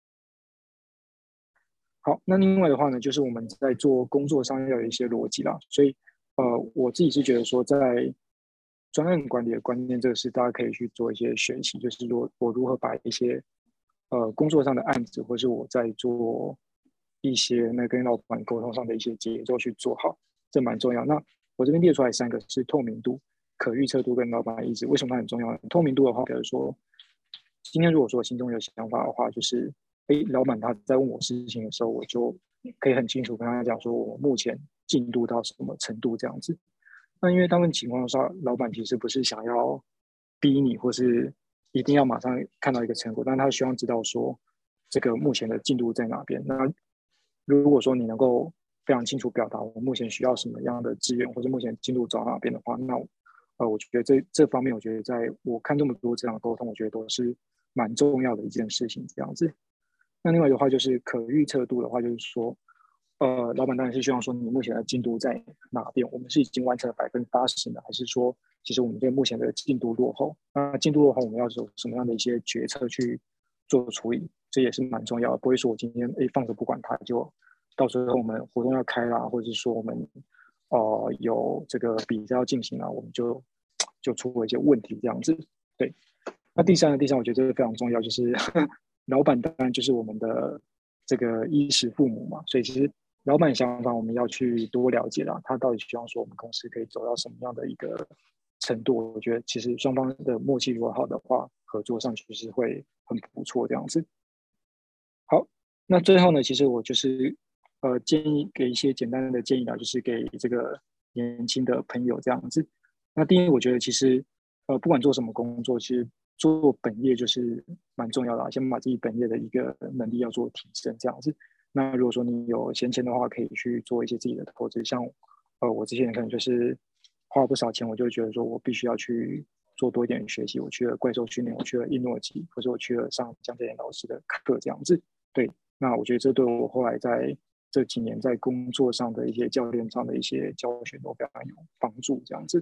好，那另外的话呢，就是我们在做工作上要有一些逻辑啦，所以呃，我自己是觉得说，在专案管理的观念，这个是大家可以去做一些学习，就是说我如何把一些呃工作上的案子，或是我在做一些那跟老板沟通上的一些节奏去做好，这蛮重要。那我这边列出来三个是透明度、可预测度跟老板的意志。为什么它很重要呢？透明度的话，比如说今天如果说我心中有想法的话，就是诶，老板他在问我事情的时候，我就可以很清楚跟他讲说，我目前进度到什么程度这样子。那因为大部分情况下，老板其实不是想要逼你，或是一定要马上看到一个成果，但他希望知道说这个目前的进度在哪边。那如果说你能够非常清楚表达我目前需要什么样的资源，或者目前进度走到哪边的话，那呃，我觉得这这方面，我觉得在我看这么多这样的沟通，我觉得都是蛮重要的一件事情，这样子。那另外的话就是可预测度的话，就是说，呃，老板当然是希望说你目前的进度在哪边，我们是已经完成了百分之八十呢，还是说其实我们对目前的进度落后？那进度落后，我们要有什么样的一些决策去做处理？这也是蛮重要的，不会说我今天哎放着不管它，就到时候我们活动要开啦，或者是说我们呃有这个比赛要进行啊，我们就就出了一些问题这样子。对，那第三个，第三，我觉得这个非常重要，就是老板当然就是我们的这个衣食父母嘛，所以其实老板想法我们要去多了解啦，他到底希望说我们公司可以走到什么样的一个程度？我觉得其实双方的默契如果好的话，合作上其实会很不错这样子。好，那最后呢，其实我就是呃建议给一些简单的建议啦，就是给这个年轻的朋友这样子。那第一，我觉得其实呃不管做什么工作，其实做本业就是蛮重要的，先把自己本业的一个能力要做提升这样子。那如果说你有闲钱的话，可以去做一些自己的投资，像呃我之前可能就是花了不少钱，我就觉得说我必须要去做多一点学习，我去了怪兽训练，我去了易诺基，或者我去了上江建老师的课这样子。对，那我觉得这对我后来在这几年在工作上的一些教练上的一些教学都非常有帮助，这样子。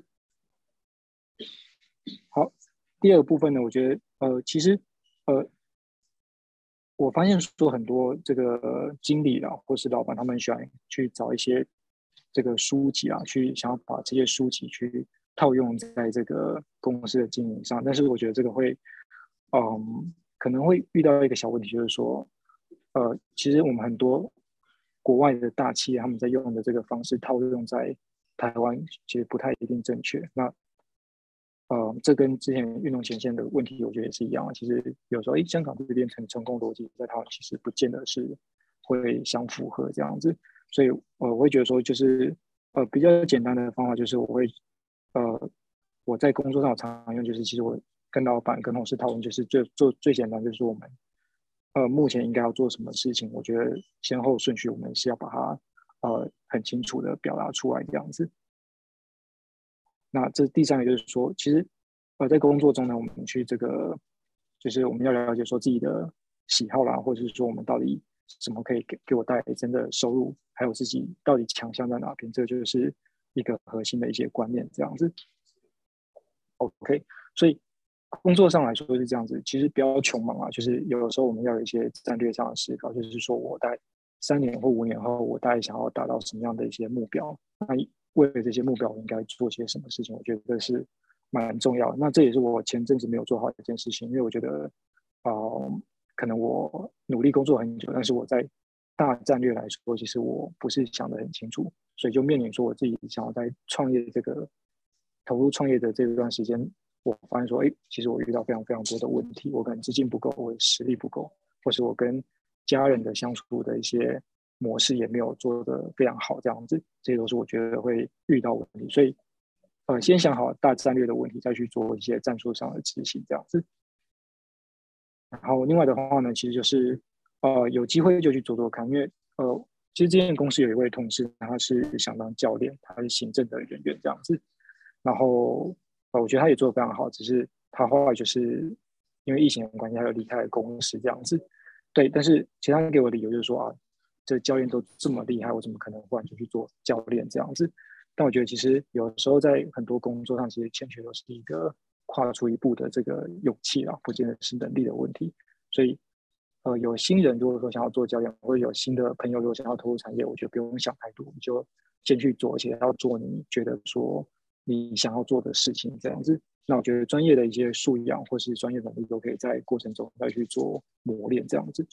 好，第二个部分呢，我觉得呃，其实呃，我发现说很多这个经理啦，或是老板，他们喜欢去找一些这个书籍啊，去想要把这些书籍去套用在这个公司的经营上，但是我觉得这个会，嗯，可能会遇到一个小问题，就是说。呃，其实我们很多国外的大企业，他们在用的这个方式套用在台湾，其实不太一定正确。那呃，这跟之前运动前线的问题，我觉得也是一样。其实有时候，哎，香港这边成成功逻辑在台湾其实不见得是会相符合这样子。所以，呃，我会觉得说，就是呃比较简单的方法，就是我会呃我在工作上常常用，就是其实我跟老板、跟同事讨论，就是最做最简单，就是我们。呃，目前应该要做什么事情？我觉得先后顺序我们是要把它呃很清楚的表达出来这样子。那这第三个就是说，其实呃在工作中呢，我们去这个就是我们要了解说自己的喜好啦，或者是说我们到底什么可以给给我带来真的收入，还有自己到底强项在哪边，这个就是一个核心的一些观念这样子。OK， 所以工作上来说是这样子，其实不要穷忙啊，就是有的时候我们要有一些战略上的思考，就是说我大概三年或五年后，我大概想要达到什么样的一些目标，那为了这些目标，我应该做些什么事情，我觉得是蛮重要的。那这也是我前阵子没有做好的一件事情，因为我觉得，呃，可能我努力工作很久，但是我在大战略来说，其实我不是想得很清楚，所以就面临说我自己想要在创业这个投入创业的这段时间，我发现说，哎，其实我遇到非常非常多的问题，我可能资金不够，我的实力不够，或是我跟家人的相处的一些模式也没有做得非常好，这样子，这些都是我觉得会遇到问题，所以，呃，先想好大战略的问题，再去做一些战术上的执行，这样子。然后另外的话呢，其实就是呃有机会就去做做看，因为呃其实这间公司有一位同事，他是想当教练，他是行政的人员这样子，然后呃我觉得他也做得非常好，只是他后来就是因为疫情的关系，他又离开了公司这样子。对，但是其实他给我的理由就是说啊，这教练都这么厉害，我怎么可能忽然就去做教练这样子？但我觉得其实有时候在很多工作上，其实欠缺的是一个跨出一步的这个勇气啊，不见得是能力的问题。所以，呃，有新人如果说想要做教练，或者有新的朋友如果想要投入产业，我觉得不用想太多，你就先去做，而且要做你觉得说你想要做的事情这样子。那我觉得专业的一些素养或是专业能力都可以在过程中再去做磨练这样子。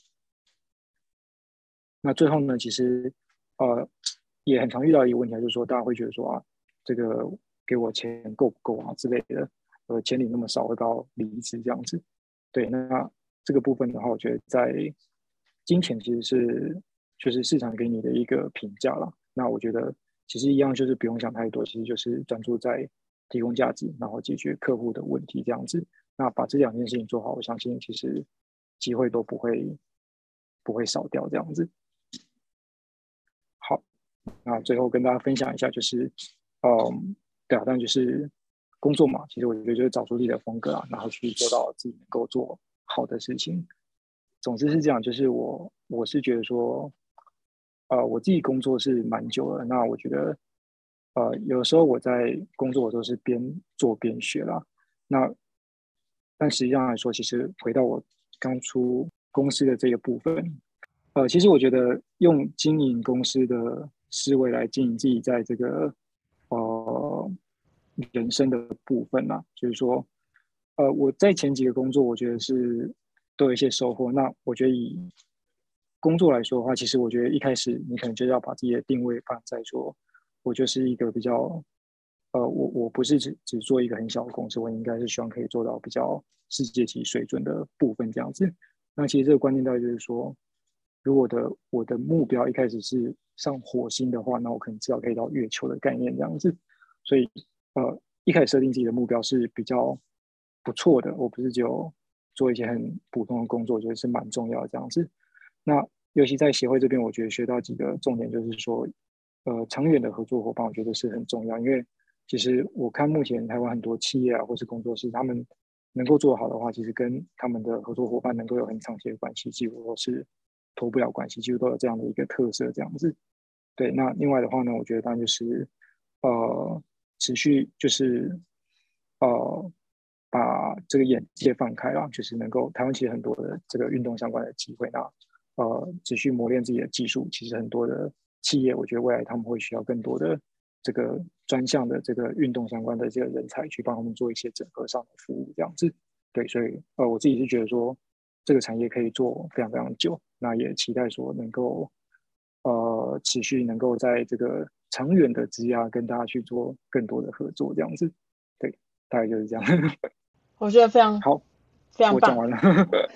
那最后呢，其实呃也很常遇到一个问题，就是说大家会觉得说啊，这个给我钱够不够啊之类的，呃，钱领那么少，会不会离职这样子？对，那这个部分的话，我觉得在金钱其实是就是市场给你的一个评价啦。那我觉得其实一样，就是不用想太多，其实就是专注在提供价值，然后解决客户的问题这样子。那把这两件事情做好，我相信其实机会都不会不会少掉这样子。好，那最后跟大家分享一下，就是嗯，对啊，但就是工作嘛，其实我觉得就是找出自己的风格啊，然后去做到自己能够做好的事情。总之是这样，就是我我是觉得说，呃，我自己工作是蛮久了，那我觉得，呃，有的时候我在工作，我都是边做边学啦。那但实际上来说，其实回到我刚出公司的这个部分，呃，其实我觉得用经营公司的思维来经营自己在这个呃人生的部分啦，就是说，呃，我在前几个工作，我觉得是都有一些收获。那我觉得以工作来说的话，其实我觉得一开始你可能就要把自己的定位放在说，我就是一个比较，呃，我我不是只只做一个很小的公司，我应该是希望可以做到比较世界级水准的部分这样子。那其实这个观念大概就是说，如果的我的目标一开始是上火星的话，那我可能至少可以到月球的概念这样子。所以呃，一开始设定自己的目标是比较不错的，我不是只有做一些很普通的工作，我觉得是蛮重要的这样子。那尤其在协会这边，我觉得学到几个重点，就是说，呃，长远的合作伙伴，我觉得是很重要。因为其实我看目前台湾很多企业啊，或是工作室，他们能够做好的话，其实跟他们的合作伙伴能够有很长期的关系，几乎都是脱不了关系，几乎都有这样的一个特色，这样子。对，那另外的话呢，我觉得当然就是呃，持续就是呃，把这个眼界放开啦，就是能够台湾其实很多的这个运动相关的机会，那呃，持续磨练自己的技术，其实很多的企业，我觉得未来他们会需要更多的这个专项的这个运动相关的这个人才去帮他们做一些整合上的服务，这样子。对，所以呃，我自己是觉得说这个产业可以做非常非常久，那也期待说能够呃持续能够在这个长远的职涯跟大家去做更多的合作，这样子。对，大概就是这样。 我觉得非常好， 非常棒。 我讲完了。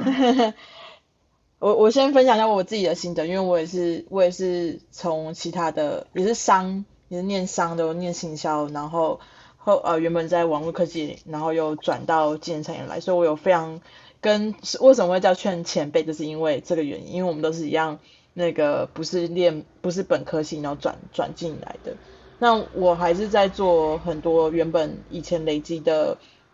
我我先分享一下我自己的心得，因为我也是我也是从其他的也是商也是念商的，念行销，然后后呃原本在网络科技，然后又转到技能产业来，所以我有非常跟为什么会叫劝前辈，就是因为这个原因，因为我们都是一样那个不是练不是本科系，然后转转进来的。那我还是在做很多原本以前累积的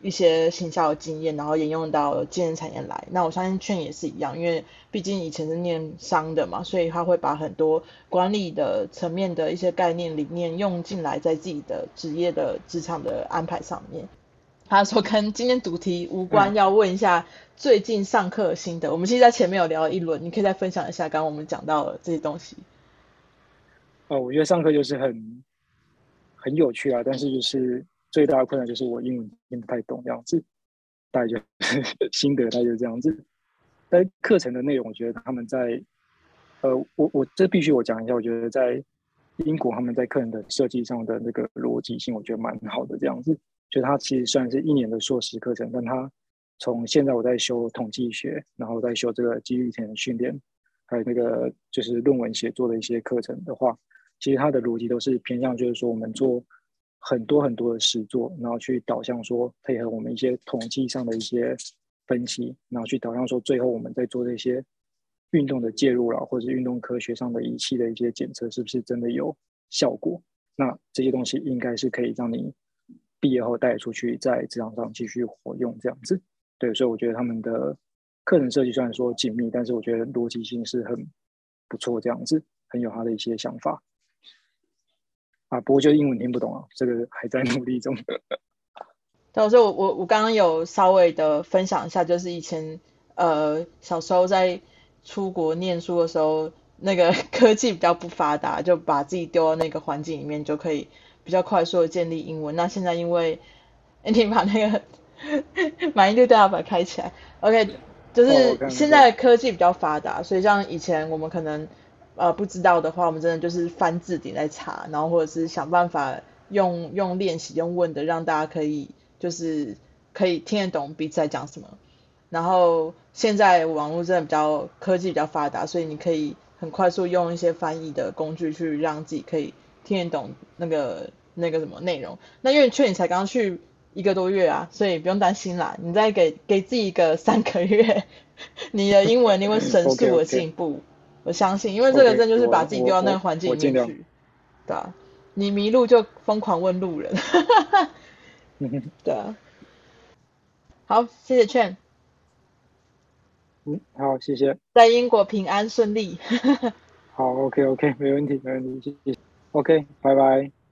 一些行销的经验，然后沿用到健身产业来。那我相信券也是一样，因为毕竟以前是念商的嘛，所以他会把很多管理的层面的一些概念理念用进来在自己的职业的职场的安排上面。他说跟今天主题无关， 嗯要问一下最近上课的心得。我们其实在前面有聊一轮，你可以再分享一下刚刚我们讲到的这些东西。 哦，我觉得上课就是很很有趣啊，但是就是最大的困难就是我英文听不太懂这样子，大概就心得大概就这样子。但课程的内容，我觉得他们在呃，我我这必须我讲一下，我觉得在英国他们在课程的设计上的那个逻辑性，我觉得蛮好的这样子。就它其实虽然是一年的硕士课程，但它从现在我在修统计学，然后在修这个肌力体能训练，还有那个就是论文写作的一些课程的话，其实它的逻辑都是偏向就是说我们做很多很多的实作，然后去导向说配合我们一些统计上的一些分析，然后去导向说最后我们在做这些运动的介入啦，或者运动科学上的仪器的一些检测是不是真的有效果。那这些东西应该是可以让你毕业后带出去在职场上继续活用这样子。对，所以我觉得他们的课程设计虽然说紧密，但是我觉得逻辑性是很不错这样子，很有他的一些想法啊。不过就英文听不懂啊，这个还在努力中。 对，所以我我我刚刚有稍微的分享一下，就是以前呃小时候在出国念书的时候，那个科技比较不发达，就把自己丢到那个环境里面，就可以比较快速的建立英文。那现在因为，哎，你把那个满意度调把它开起来 ，OK， 就哦我看是现在的科技比较发达，所以像以前我们可能呃不知道的话，我们真的就是翻字典来查，然后或者是想办法用用练习用问的，让大家可以就是可以听得懂彼此在讲什么。然后现在网络真的比较科技比较发达，所以你可以很快速用一些翻译的工具去让自己可以听得懂那个那个什么内容。那因为确你才刚去一个多月啊，所以不用担心啦。你再给给自己一个三个月，你的英文你会神速的进步。okay, okay. 我相信，因为这个真就是把自己丢到那个环境里面去，对啊，你迷路就疯狂问路人，对啊。好，谢谢劝。 嗯，好，谢谢。 在英国平安顺利。 好 ，OK OK，没问题，没问题，谢谢。OK，拜拜。